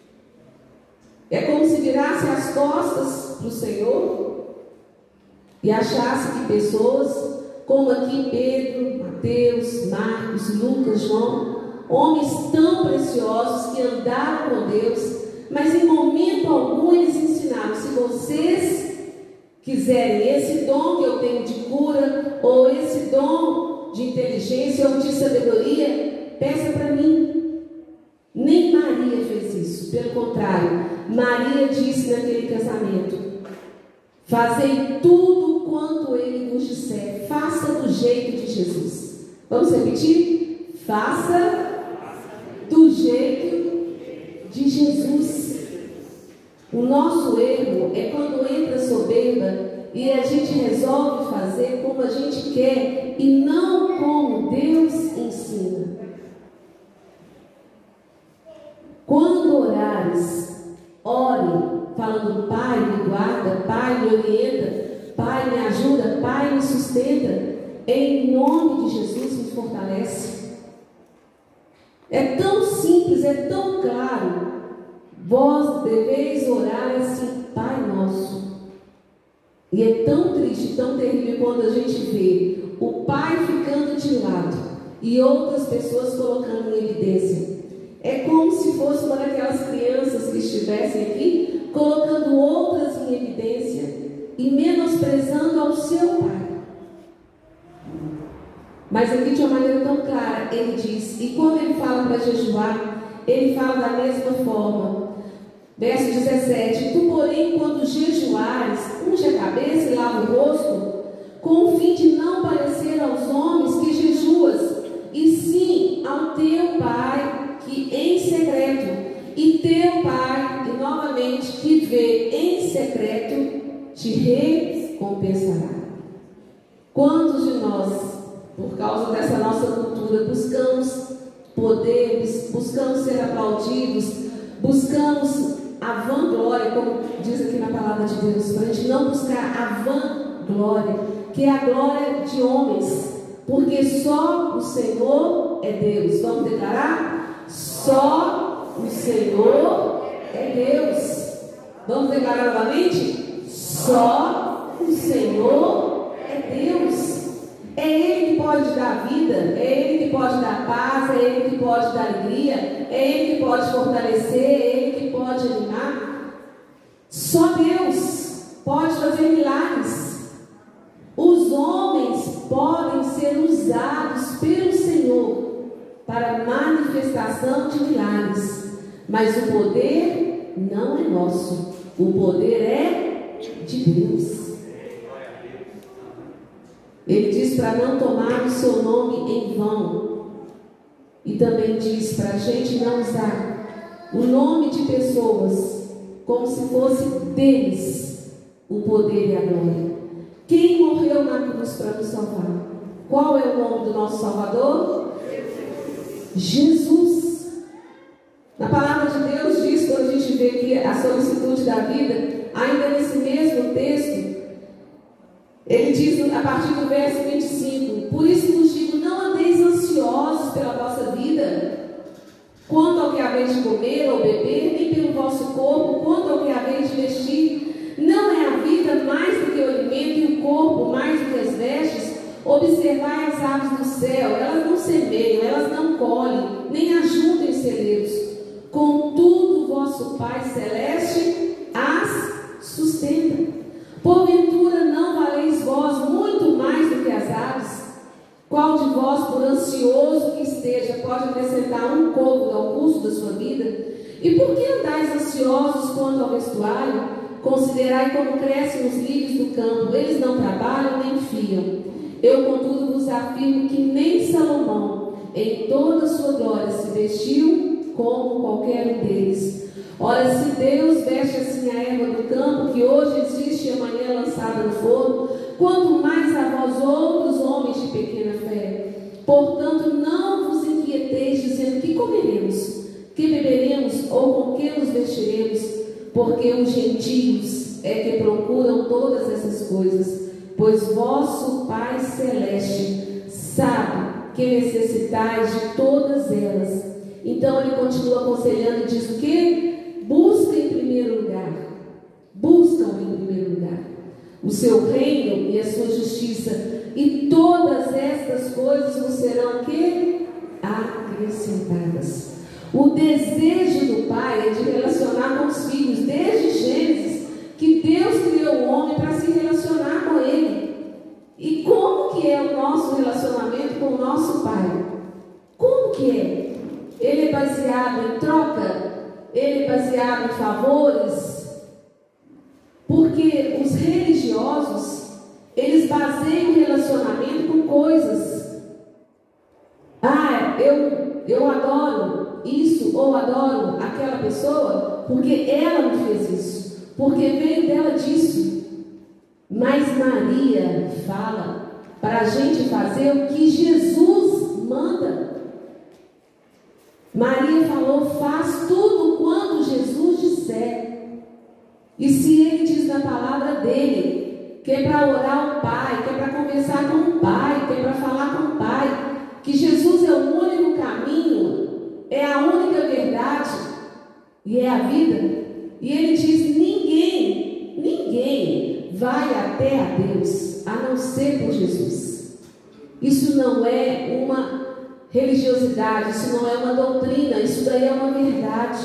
A: É como se virasse as costas para o Senhor e achasse que pessoas, como aqui Pedro, Mateus, Marcos, Lucas, João, homens tão preciosos que andaram com Deus, mas em momento algum eles ensinaram: se vocês quiserem esse dom que eu tenho de cura, ou esse dom de inteligência ou de sabedoria, peça para mim. Nem Maria fez isso, pelo contrário, Maria disse naquele casamento: fazei tudo quanto ele vos disser, faça do jeito de Jesus. Vamos repetir? Faça do jeito de Jesus. O nosso erro é quando entra soberba e a gente resolve fazer como a gente quer e não como Deus ensina. Quando orares, ore falando: Pai, me guarda, Pai, me orienta, Pai, me ajuda, Pai, me sustenta. Em nome de Jesus, me fortalece. É tão simples, é tão claro. Vós deveis orar assim, Pai Nosso. E é tão triste, tão terrível quando a gente vê o Pai ficando de lado e outras pessoas colocando em evidência. É como se fosse uma daquelas crianças que estivessem aqui, colocando outras em evidência e menosprezando ao seu Pai. Mas aqui de uma maneira tão clara, ele diz, e quando ele fala para jejuar, ele fala da mesma forma. Verso dezessete: tu, porém, quando jejuares, unge a cabeça e lava o rosto, com o fim de não parecer aos homens que jejuas, e sim ao teu Pai que em secreto, e teu Pai, e novamente, que vê em secreto, te recompensará. Quantos de nós, por causa dessa nossa cultura, buscamos poder, buscamos ser aplaudidos, buscamos a vanglória, como diz aqui na palavra de Deus, para a gente não buscar a vanglória, que é a glória de homens, porque só o Senhor é Deus. Vamos declarar? Só o Senhor é Deus. Vamos declarar novamente? Só o Senhor é Deus. É Ele que pode dar vida, é Ele que pode dar paz, é Ele que pode dar alegria, é Ele que pode fortalecer, é Ele que pode animar. Só Deus pode fazer milagres. Os homens podem ser usados pelo Senhor, para manifestação de milagres, mas o poder não é nosso, o poder é de Deus. Ele diz para não tomar o seu nome em vão, e também diz para a gente não usar o nome de pessoas como se fosse deles o poder e a glória. Quem morreu na cruz para nos salvar? Qual é o nome do nosso Salvador? Jesus. Na palavra de Deus diz, quando a gente vê aqui a solicitude da vida, ainda nesse mesmo texto, ele diz a partir do verso vinte e cinco: por isso vos digo, não andeis ansiosos pela vossa vida, quanto ao que haveis de comer ou beber, nem pelo vosso corpo, quanto ao que haveis de vestir. Não é a vida mais do que o alimento e o corpo mais do que as vestes? Observai as aves do céu, elas não semeiam, elas não colhem, nem ajuntam em celeiros. Contudo, vosso Pai Celeste as sustenta. Porventura não valeis vós muito mais do que as aves? Qual de vós, por ansioso que esteja, pode acrescentar um côvado ao curso da sua vida? E por que andais ansiosos quanto ao vestuário? Considerai como crescem os lírios do campo, eles não trabalham nem fiam. Eu, contudo, vos afirmo que nem Salomão, em toda a sua glória, se vestiu como qualquer um deles. Ora, se Deus veste assim a erva do campo, que hoje existe e amanhã é lançada no forno, quanto mais a vós outros homens de pequena fé. Portanto, não vos inquieteis dizendo: que comeremos, que beberemos ou com que nos vestiremos, porque os gentios é que procuram todas essas coisas, pois vosso Pai Celeste sabe que necessitais de todas elas. Então ele continua aconselhando e diz o quê? Busca em primeiro lugar, buscam em primeiro lugar o seu reino e a sua justiça, e todas estas coisas vos serão o quê? Acrescentadas. O desejo do Pai é de relacionar com os filhos, desde Gênesis, que Deus criou o homem para se relacionar com Ele. E como que é o nosso relacionamento com o nosso Pai? Como que é? Ele é baseado em troca? Ele é baseado em favores? Porque os religiosos, eles baseiam o relacionamento com coisas. Ah, eu, eu adoro isso ou adoro aquela pessoa porque ela me fez isso, porque veio dela disso. Mas Maria fala para a gente fazer o que Jesus manda. Maria falou: faz tudo quanto Jesus disser. E se ele diz na palavra dele que é para orar ao Pai, que é para conversar com o Pai, que é para falar com o Pai, que Jesus é o único caminho, é a única verdade e é a vida, e ele diz: ninguém, ninguém vai até a Deus a não ser por Jesus. Isso não é uma religiosidade, isso não é uma doutrina, isso daí é uma verdade.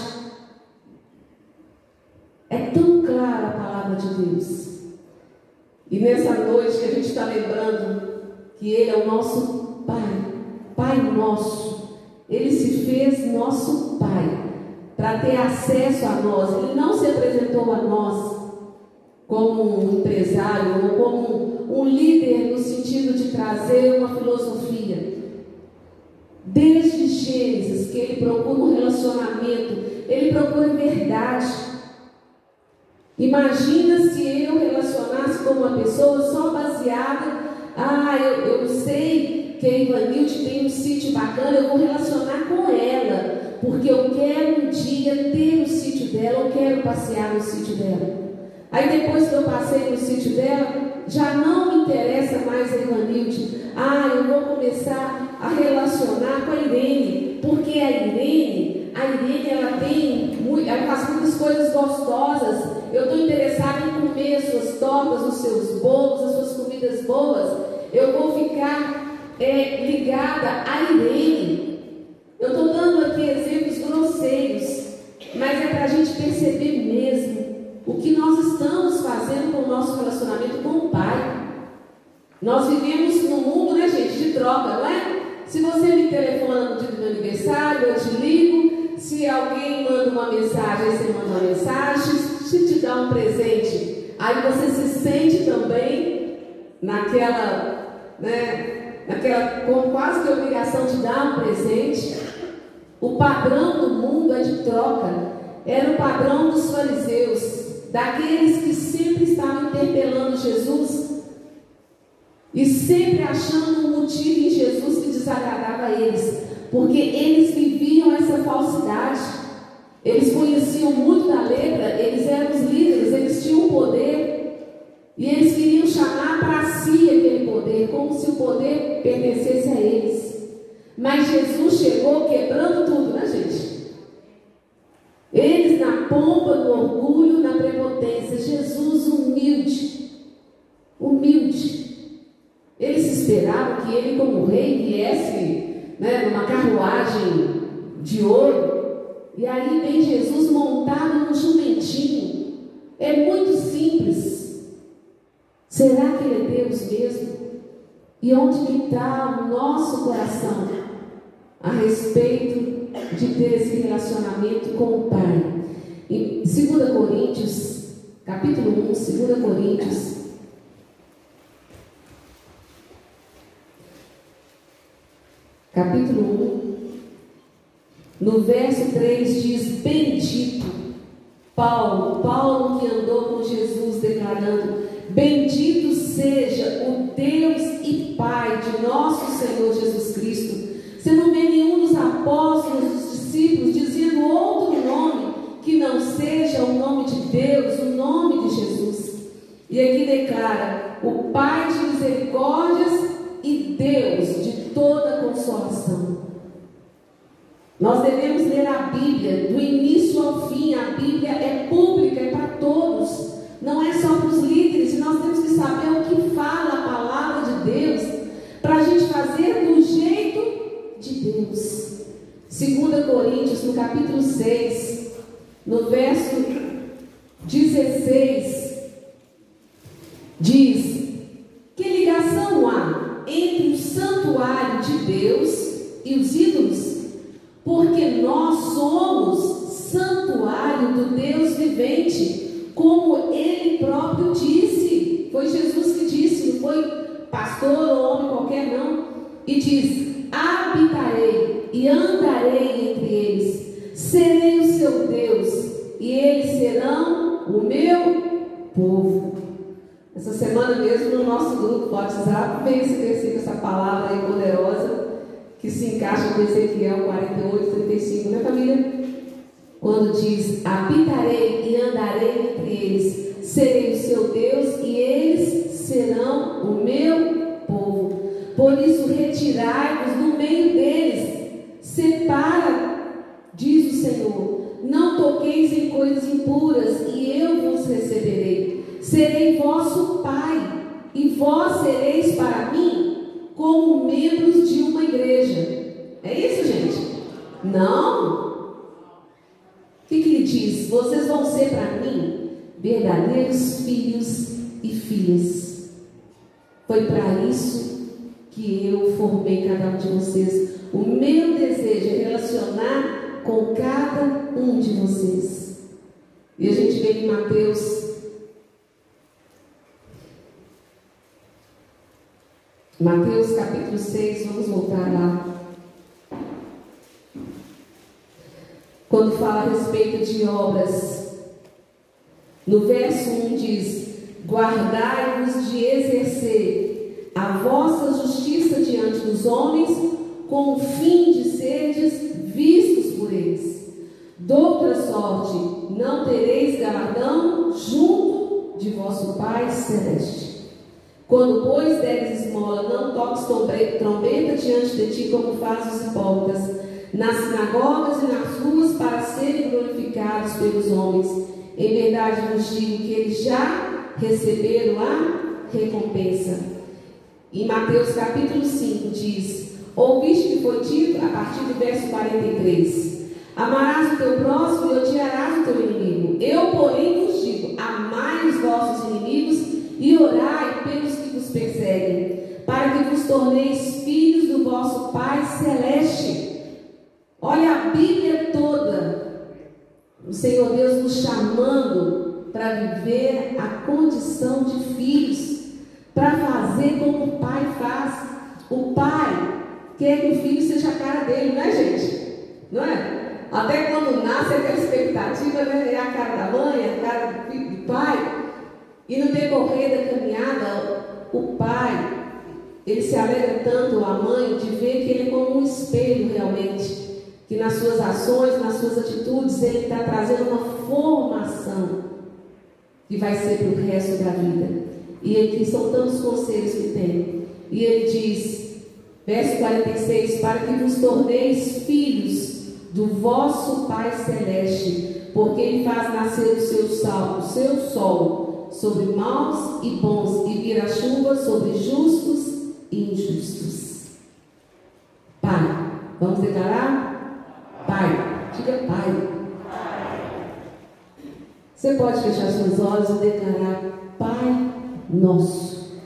A: É tão clara a palavra de Deus. E nessa noite que a gente está lembrando que Ele é o nosso Pai, Pai nosso, Ele se fez nosso Pai para ter acesso a nós. Ele não se apresentou a nós como um empresário ou como um líder no sentido de trazer uma filosofia. Desde Gênesis, que ele procura um relacionamento, ele procura verdade. Imagina se eu relacionasse com uma pessoa só baseada, ah, eu, eu sei que a Ivanilde tem um sítio bacana, eu vou relacionar com ela, porque eu quero um dia ter o sítio dela, eu quero passear no sítio dela. Aí depois que eu passei no sítio dela, já não me interessa mais a Ivanilde. Ah, eu vou começar a relacionar com a Irene, porque a Irene, a Irene ela tem, muito, ela faz muitas coisas gostosas. Eu estou interessada em comer as suas tortas, os seus bolos, as suas comidas boas. Eu vou ficar é, ligada a Irene. Eu estou dando aqui exemplos grosseiros, mas é para a gente perceber mesmo o que nós estamos fazendo com o nosso relacionamento com o Pai. Nós vivemos num mundo, né, gente, de troca, não é? Se você me telefona no dia do meu aniversário, eu te ligo. Se alguém manda uma mensagem, você manda uma mensagem. Se te dá um presente, aí você se sente também naquela, né, naquela com quase que obrigação de dar um presente. O padrão do mundo é de troca. Era o padrão dos fariseus, daqueles que sempre estavam interpelando Jesus e sempre achando um motivo em Jesus que desagradava a eles, porque eles viviam essa falsidade. Eles conheciam muito da letra, eles eram os líderes, eles tinham o poder e eles queriam chamar para si aquele poder, como se o poder pertencesse a eles. Mas Jesus chegou quebrando tudo, né, gente? Eles na pompa, no orgulho, na prepotência. Jesus humilde, humilde. Eles esperavam que ele, como rei, viesse, né, numa carruagem de ouro. E aí vem Jesus montado num jumentinho. É muito simples. Será que ele é Deus mesmo? E onde que está o nosso coração a respeito de ter esse relacionamento com o Pai? Em dois Coríntios, capítulo um, dois Coríntios, capítulo um, no verso três diz: bendito Paulo, Paulo que andou com Jesus, declarando: bendito seja o Deus e Pai de nosso Senhor Jesus Cristo. Você não vê nenhum dos apóstolos, dos discípulos, dizendo outro nome que não seja o nome de Deus, o nome de Jesus. E aqui declara: o Pai de misericórdias e Deus de toda consolação. Nós devemos ler a Bíblia do início ao fim. A Bíblia é pública, é para todos, não é só para os líderes. E nós temos que saber o que fala a palavra de Deus, para a gente fazer do jeito de Deus. dois Coríntios, no capítulo seis, no verso dezesseis, diz: que ligação há entre o santuário de Deus e os ídolos? Porque nós somos santuário do Deus vivente, como ele próprio disse. Foi Jesus que disse, não foi pastor ou homem qualquer, não. E diz: habitarei e andarei entre eles, serei o seu Deus e eles serão o meu povo. Essa semana mesmo, no nosso grupo do WhatsApp, veio esse versículo, essa palavra aí poderosa, que se encaixa com Ezequiel quarenta e oito, trinta e cinco, né, família? Quando diz: habitarei e andarei entre eles, serei o seu Deus e eles serão o meu povo. Por isso retirai-vos no meio deles, separa, diz o Senhor, não toqueis em coisas impuras, e eu vos receberei. Serei vosso Pai, e vós sereis para mim como membros de uma igreja. É isso, gente? Não. O que, que ele diz? Vocês vão ser para mim verdadeiros filhos e filhas. Foi para isso que eu formei cada um de vocês. O meu desejo é relacionar com cada um de vocês. E a gente vê em Mateus Mateus capítulo seis, vamos voltar lá. Quando fala a respeito de obras, no verso um diz: guardai-vos de exercer a vossa justiça diante dos homens, com o fim de seres vistos por eles. Doutra sorte, não tereis galardão junto de vosso Pai celeste. Quando, pois, deres esmola, não toques trombeta diante de ti, como fazem os hipócritas, nas sinagogas e nas ruas, para serem glorificados pelos homens. Em verdade vos digo que eles já receberam a recompensa. Em Mateus capítulo cinco diz: ouviste que foi dito, a partir do verso quarenta e três: amarás o teu próximo e odiarás o teu inimigo. Eu, porém, vos digo: amai os vossos inimigos e orai pelos que vos perseguem, para que vos torneis filhos do vosso vosso Pai Celeste. Olha a Bíblia toda, o Senhor Deus nos chamando para viver a condição de filhos, para fazer como o Pai faz. O Pai quer que o filho seja a cara dele, não é, gente? Não é? Até quando nasce aquela expectativa, né? É a cara da mãe, a cara do filho, do pai. E no decorrer da caminhada, o pai, ele se alegra tanto, a mãe, de ver que ele é como um espelho realmente, que nas suas ações, nas suas atitudes, ele está trazendo uma formação que vai ser para o resto da vida. E aqui são tantos conselhos que tem. E ele diz, verso quarenta e seis, para que vos torneis filhos do vosso Pai Celeste, porque Ele faz nascer o seu, sal, o seu sol sobre maus e bons, e vira chuva sobre justos e injustos. Pai, vamos declarar? Pai, diga Pai. Você pode fechar seus olhos e declarar: Pai Nosso.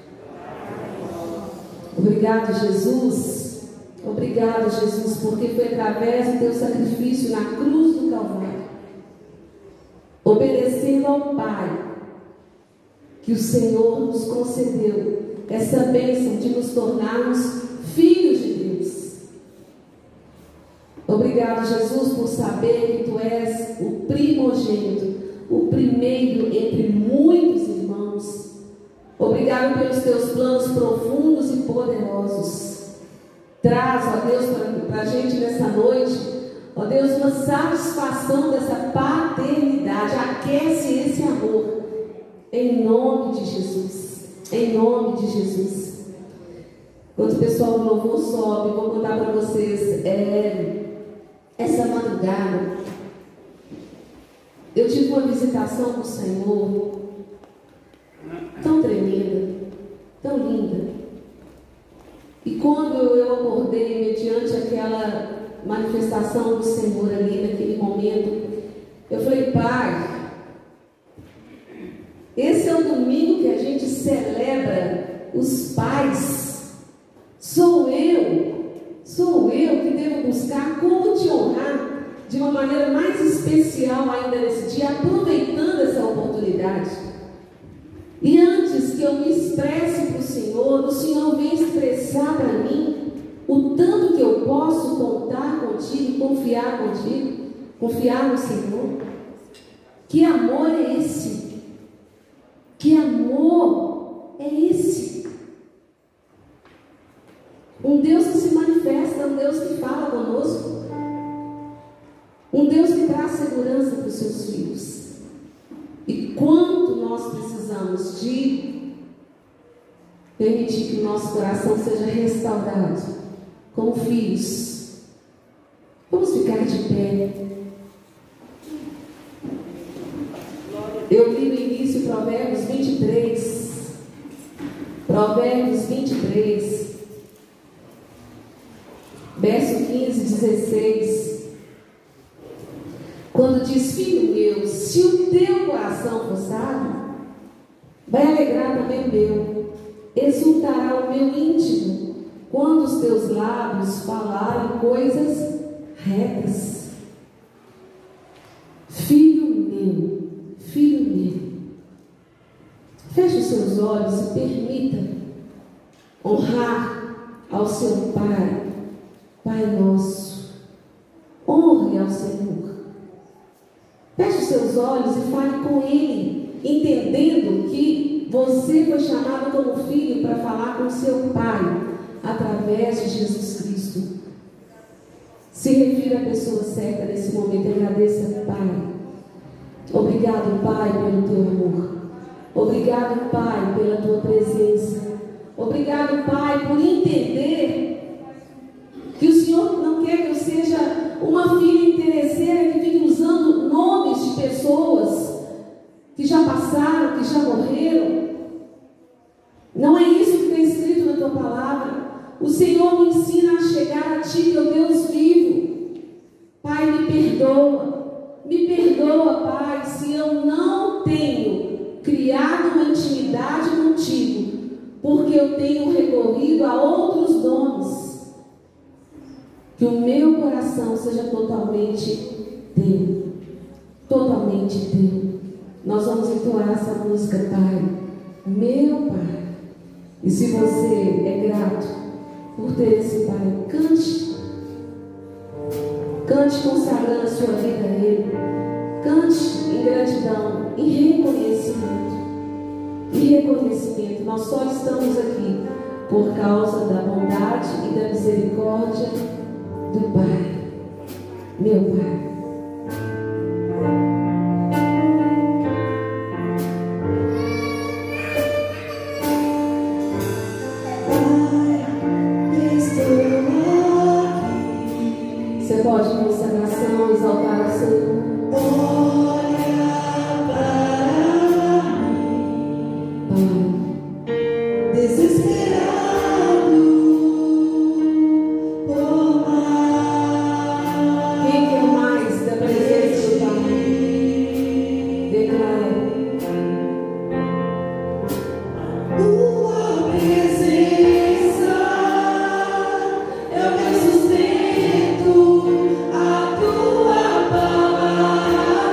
A: Obrigado, Jesus. Obrigado, Jesus, porque foi através do teu sacrifício na cruz do Calvário, obedecendo ao Pai, que o Senhor nos concedeu essa bênção de nos tornarmos filhos de Deus. Obrigado, Jesus, por saber que tu és o primogênito, o primeiro entre muitos irmãos. Obrigado pelos teus planos profundos e poderosos. Traz, ó Deus, para a gente nessa noite, ó Deus, uma satisfação dessa paternidade. Aquece esse amor, em nome de Jesus, em nome de Jesus. Enquanto o pessoal do louvor sobe, vou contar para vocês, é, essa madrugada, eu tive uma visitação do Senhor, tão tremenda, tão linda. E quando eu acordei mediante aquela manifestação do Senhor ali naquele momento, eu falei: Pai, esse é o domingo que a gente celebra os pais. Sou eu, sou eu que devo buscar como te honrar de uma maneira mais especial ainda nesse dia, aproveitando essa oportunidade. E antes que eu me expresse para o Senhor, o Senhor vem expressar para mim o tanto que eu posso contar contigo e confiar contigo, confiar no Senhor. Que amor é esse? Que amor é esse? Um Deus que se manifesta, um Deus que fala conosco, um Deus que traz segurança para os seus filhos. E quanto nós precisamos de permitir que o nosso coração seja restaurado como filhos. Vamos ficar de pé. Eu li no início Provérbios vinte e três. Provérbios vinte e três, verso quinze e dezesseis. Quando diz: filho meu, se o teu coração for sábio, vai alegrar também o meu, exultará o meu íntimo, quando os teus lábios falarem coisas retas. Filho meu, filho meu, feche os seus olhos e permita honrar ao seu Pai, Pai nosso. Honre ao Senhor. Feche os seus olhos e fale com Ele, entendendo que você foi chamado como filho para falar com seu Pai, através de Jesus Cristo. Se refira à pessoa certa nesse momento. Agradeça, Pai. Obrigado, Pai, pelo teu amor. Obrigado, Pai, pela tua presença. Obrigado, Pai, por entender que o Senhor não quer que eu seja uma filha interesseira que fique usando nomes de pessoas que já passaram, que já morreram. Não é isso que está escrito na tua palavra. O Senhor me ensina a chegar a ti, meu Deus vivo. Pai, me perdoa. Me perdoa, Pai, se eu não tenho criado uma intimidade contigo, porque eu tenho recorrido a outros nomes. Que o meu coração seja totalmente teu. Totalmente teu. Nós vamos entoar essa música, Pai. Meu Pai. E se você é grato por ter esse Pai, cante. Cante consagrando a sua vida a Ele. Cante em gratidão, em reconhecimento. Em reconhecimento. Nós só estamos aqui por causa da bondade e da misericórdia do Pai. Meu Pai. Você pode, em consagração, exaltar o Senhor. Olha para mim, Pai, desesperado por mais. Quem quer mais da presença do Pai? Declara. Tua presença é o meu sustento. A tua palavra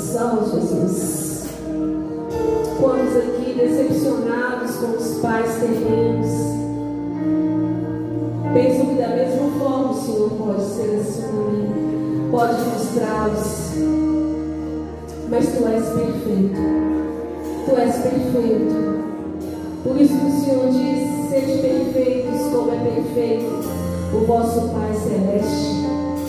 A: coração, Jesus. Quantos aqui decepcionados com os pais terrenos, pensam que da mesma forma o Senhor pode ser assim também, pode frustrá-los, mas Tu és perfeito, Tu és perfeito. Por isso que o Senhor diz: sede perfeitos como é perfeito o vosso Pai Celeste.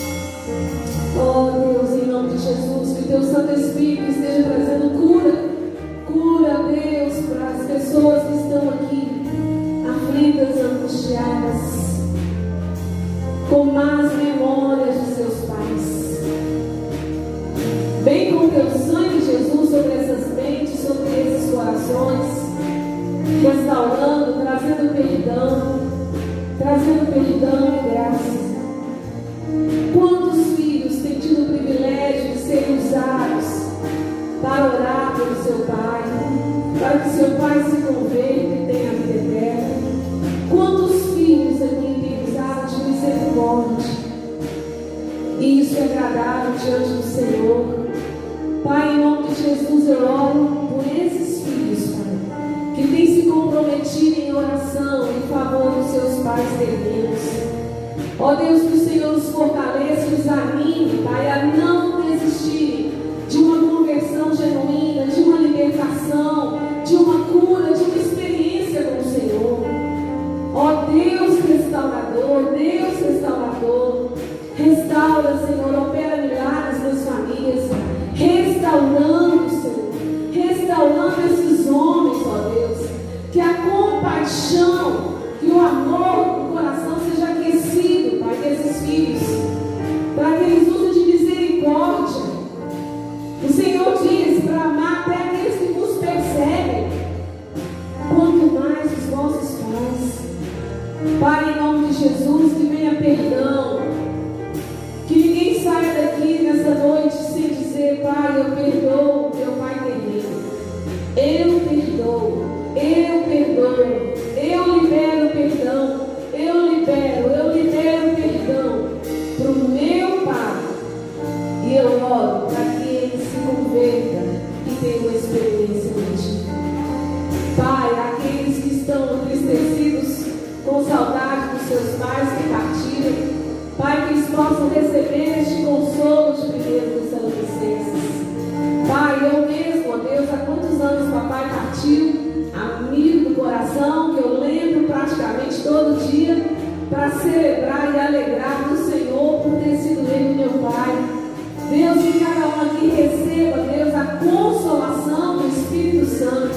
A: Oh Deus, em nome de Jesus, que o Teu Santo Espírito esteja trazendo cura, cura, Deus, para as pessoas que estão aqui, aflitas, angustiadas, com más memórias de seus pais. Vem com o Teu sangue, Jesus, sobre essas mentes, sobre esses corações, restaurando, trazendo perdão, trazendo perdão e graça. Quantos filhos têm tido o privilégio de serem usados para orar pelo seu pai, para que seu pai se converta e tenha a vida eterna? Quantos filhos aqui têm usado de misericórdia? E isso é agradável diante do Senhor. Pai, em nome de Jesus, eu oro por esses filhos, Pai, que têm se comprometido em oração em favor dos seus pais terrenos. Ó Deus, que o Senhor os fortaleça e os anime, Pai, a não desistirem de uma conversão genuína, de uma libertação, de uma cura, de uma experiência com o Senhor. Ó Deus restaurador, Deus restaurador, restaura, Senhor, opera milagres nas famílias, restaurando, Senhor, restaurando esses homens, ó Deus, que a compaixão, que o amor do coração seja aquecido, Pai, desses filhos, para que eles usem de misericórdia. O Senhor diz para amar até aqueles que vos perseguem, quanto mais os vossos pais. Pai, em nome de Jesus, que venha perdão, que ninguém saia daqui nessa noite sem dizer: Pai, eu perdoo meu pai terreno, eu perdoo, eu perdoo, eu libero perdão, eu libero, eu libero perdão para o meu pai. E eu oro para que ele se converta e tenha uma experiência contigo. Pai, aqueles que estão entristecidos com saudade dos seus pais que partiram, Pai, que eles possam receber este consolo de primeiro Tessalonicenses. Pai, eu mesmo, ó Deus, há quantos anos papai partiu, amigo do coração, que eu lembro praticamente todo dia, para celebrar e alegrar no Senhor por ter sido ele meu Pai. Deus, que cada um aqui receba, Deus, a consolação do Espírito Santo,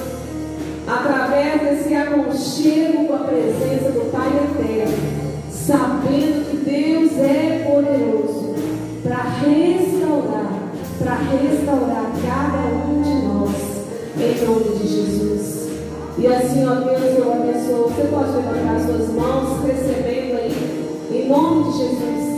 A: através desse aconchego com a presença do Pai eterno, sabendo que Deus é poderoso para restaurar, para restaurar cada um de nós, em nome de Jesus. E assim, ó Deus, eu abençoo. Você pode levantar as suas mãos, recebendo aí, em nome de Jesus.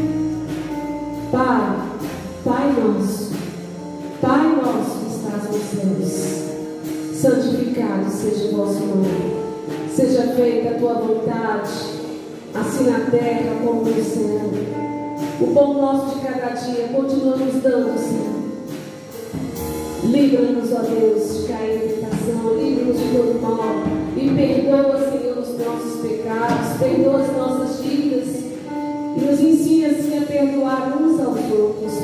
A: Pai, Pai nosso, Pai nosso que estás nos céus, santificado seja o vosso nome, seja feita a tua vontade, assim na terra como no céu. O pão nosso de cada dia continua nos dando, Senhor. Livra-nos, ó Deus, de cair em tentação, livra-nos de todo mal e perdoa, Senhor, os nossos pecados, perdoa as nossas dívidas e nos ensina, assim, a perdoar uns aos outros.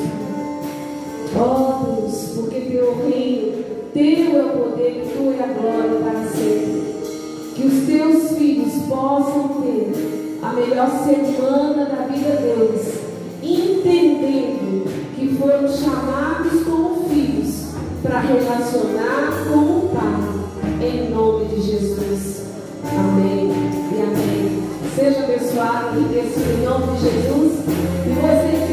A: Ó Deus, porque teu reino, teu é o poder e tua é a glória para sempre. Que os teus filhos possam ter a melhor semana da vida deles, entendendo que foram chamados como filhos para relacionar com o Pai, em nome de Jesus. Amém e amém. Seja abençoado e em nome de Jesus. E você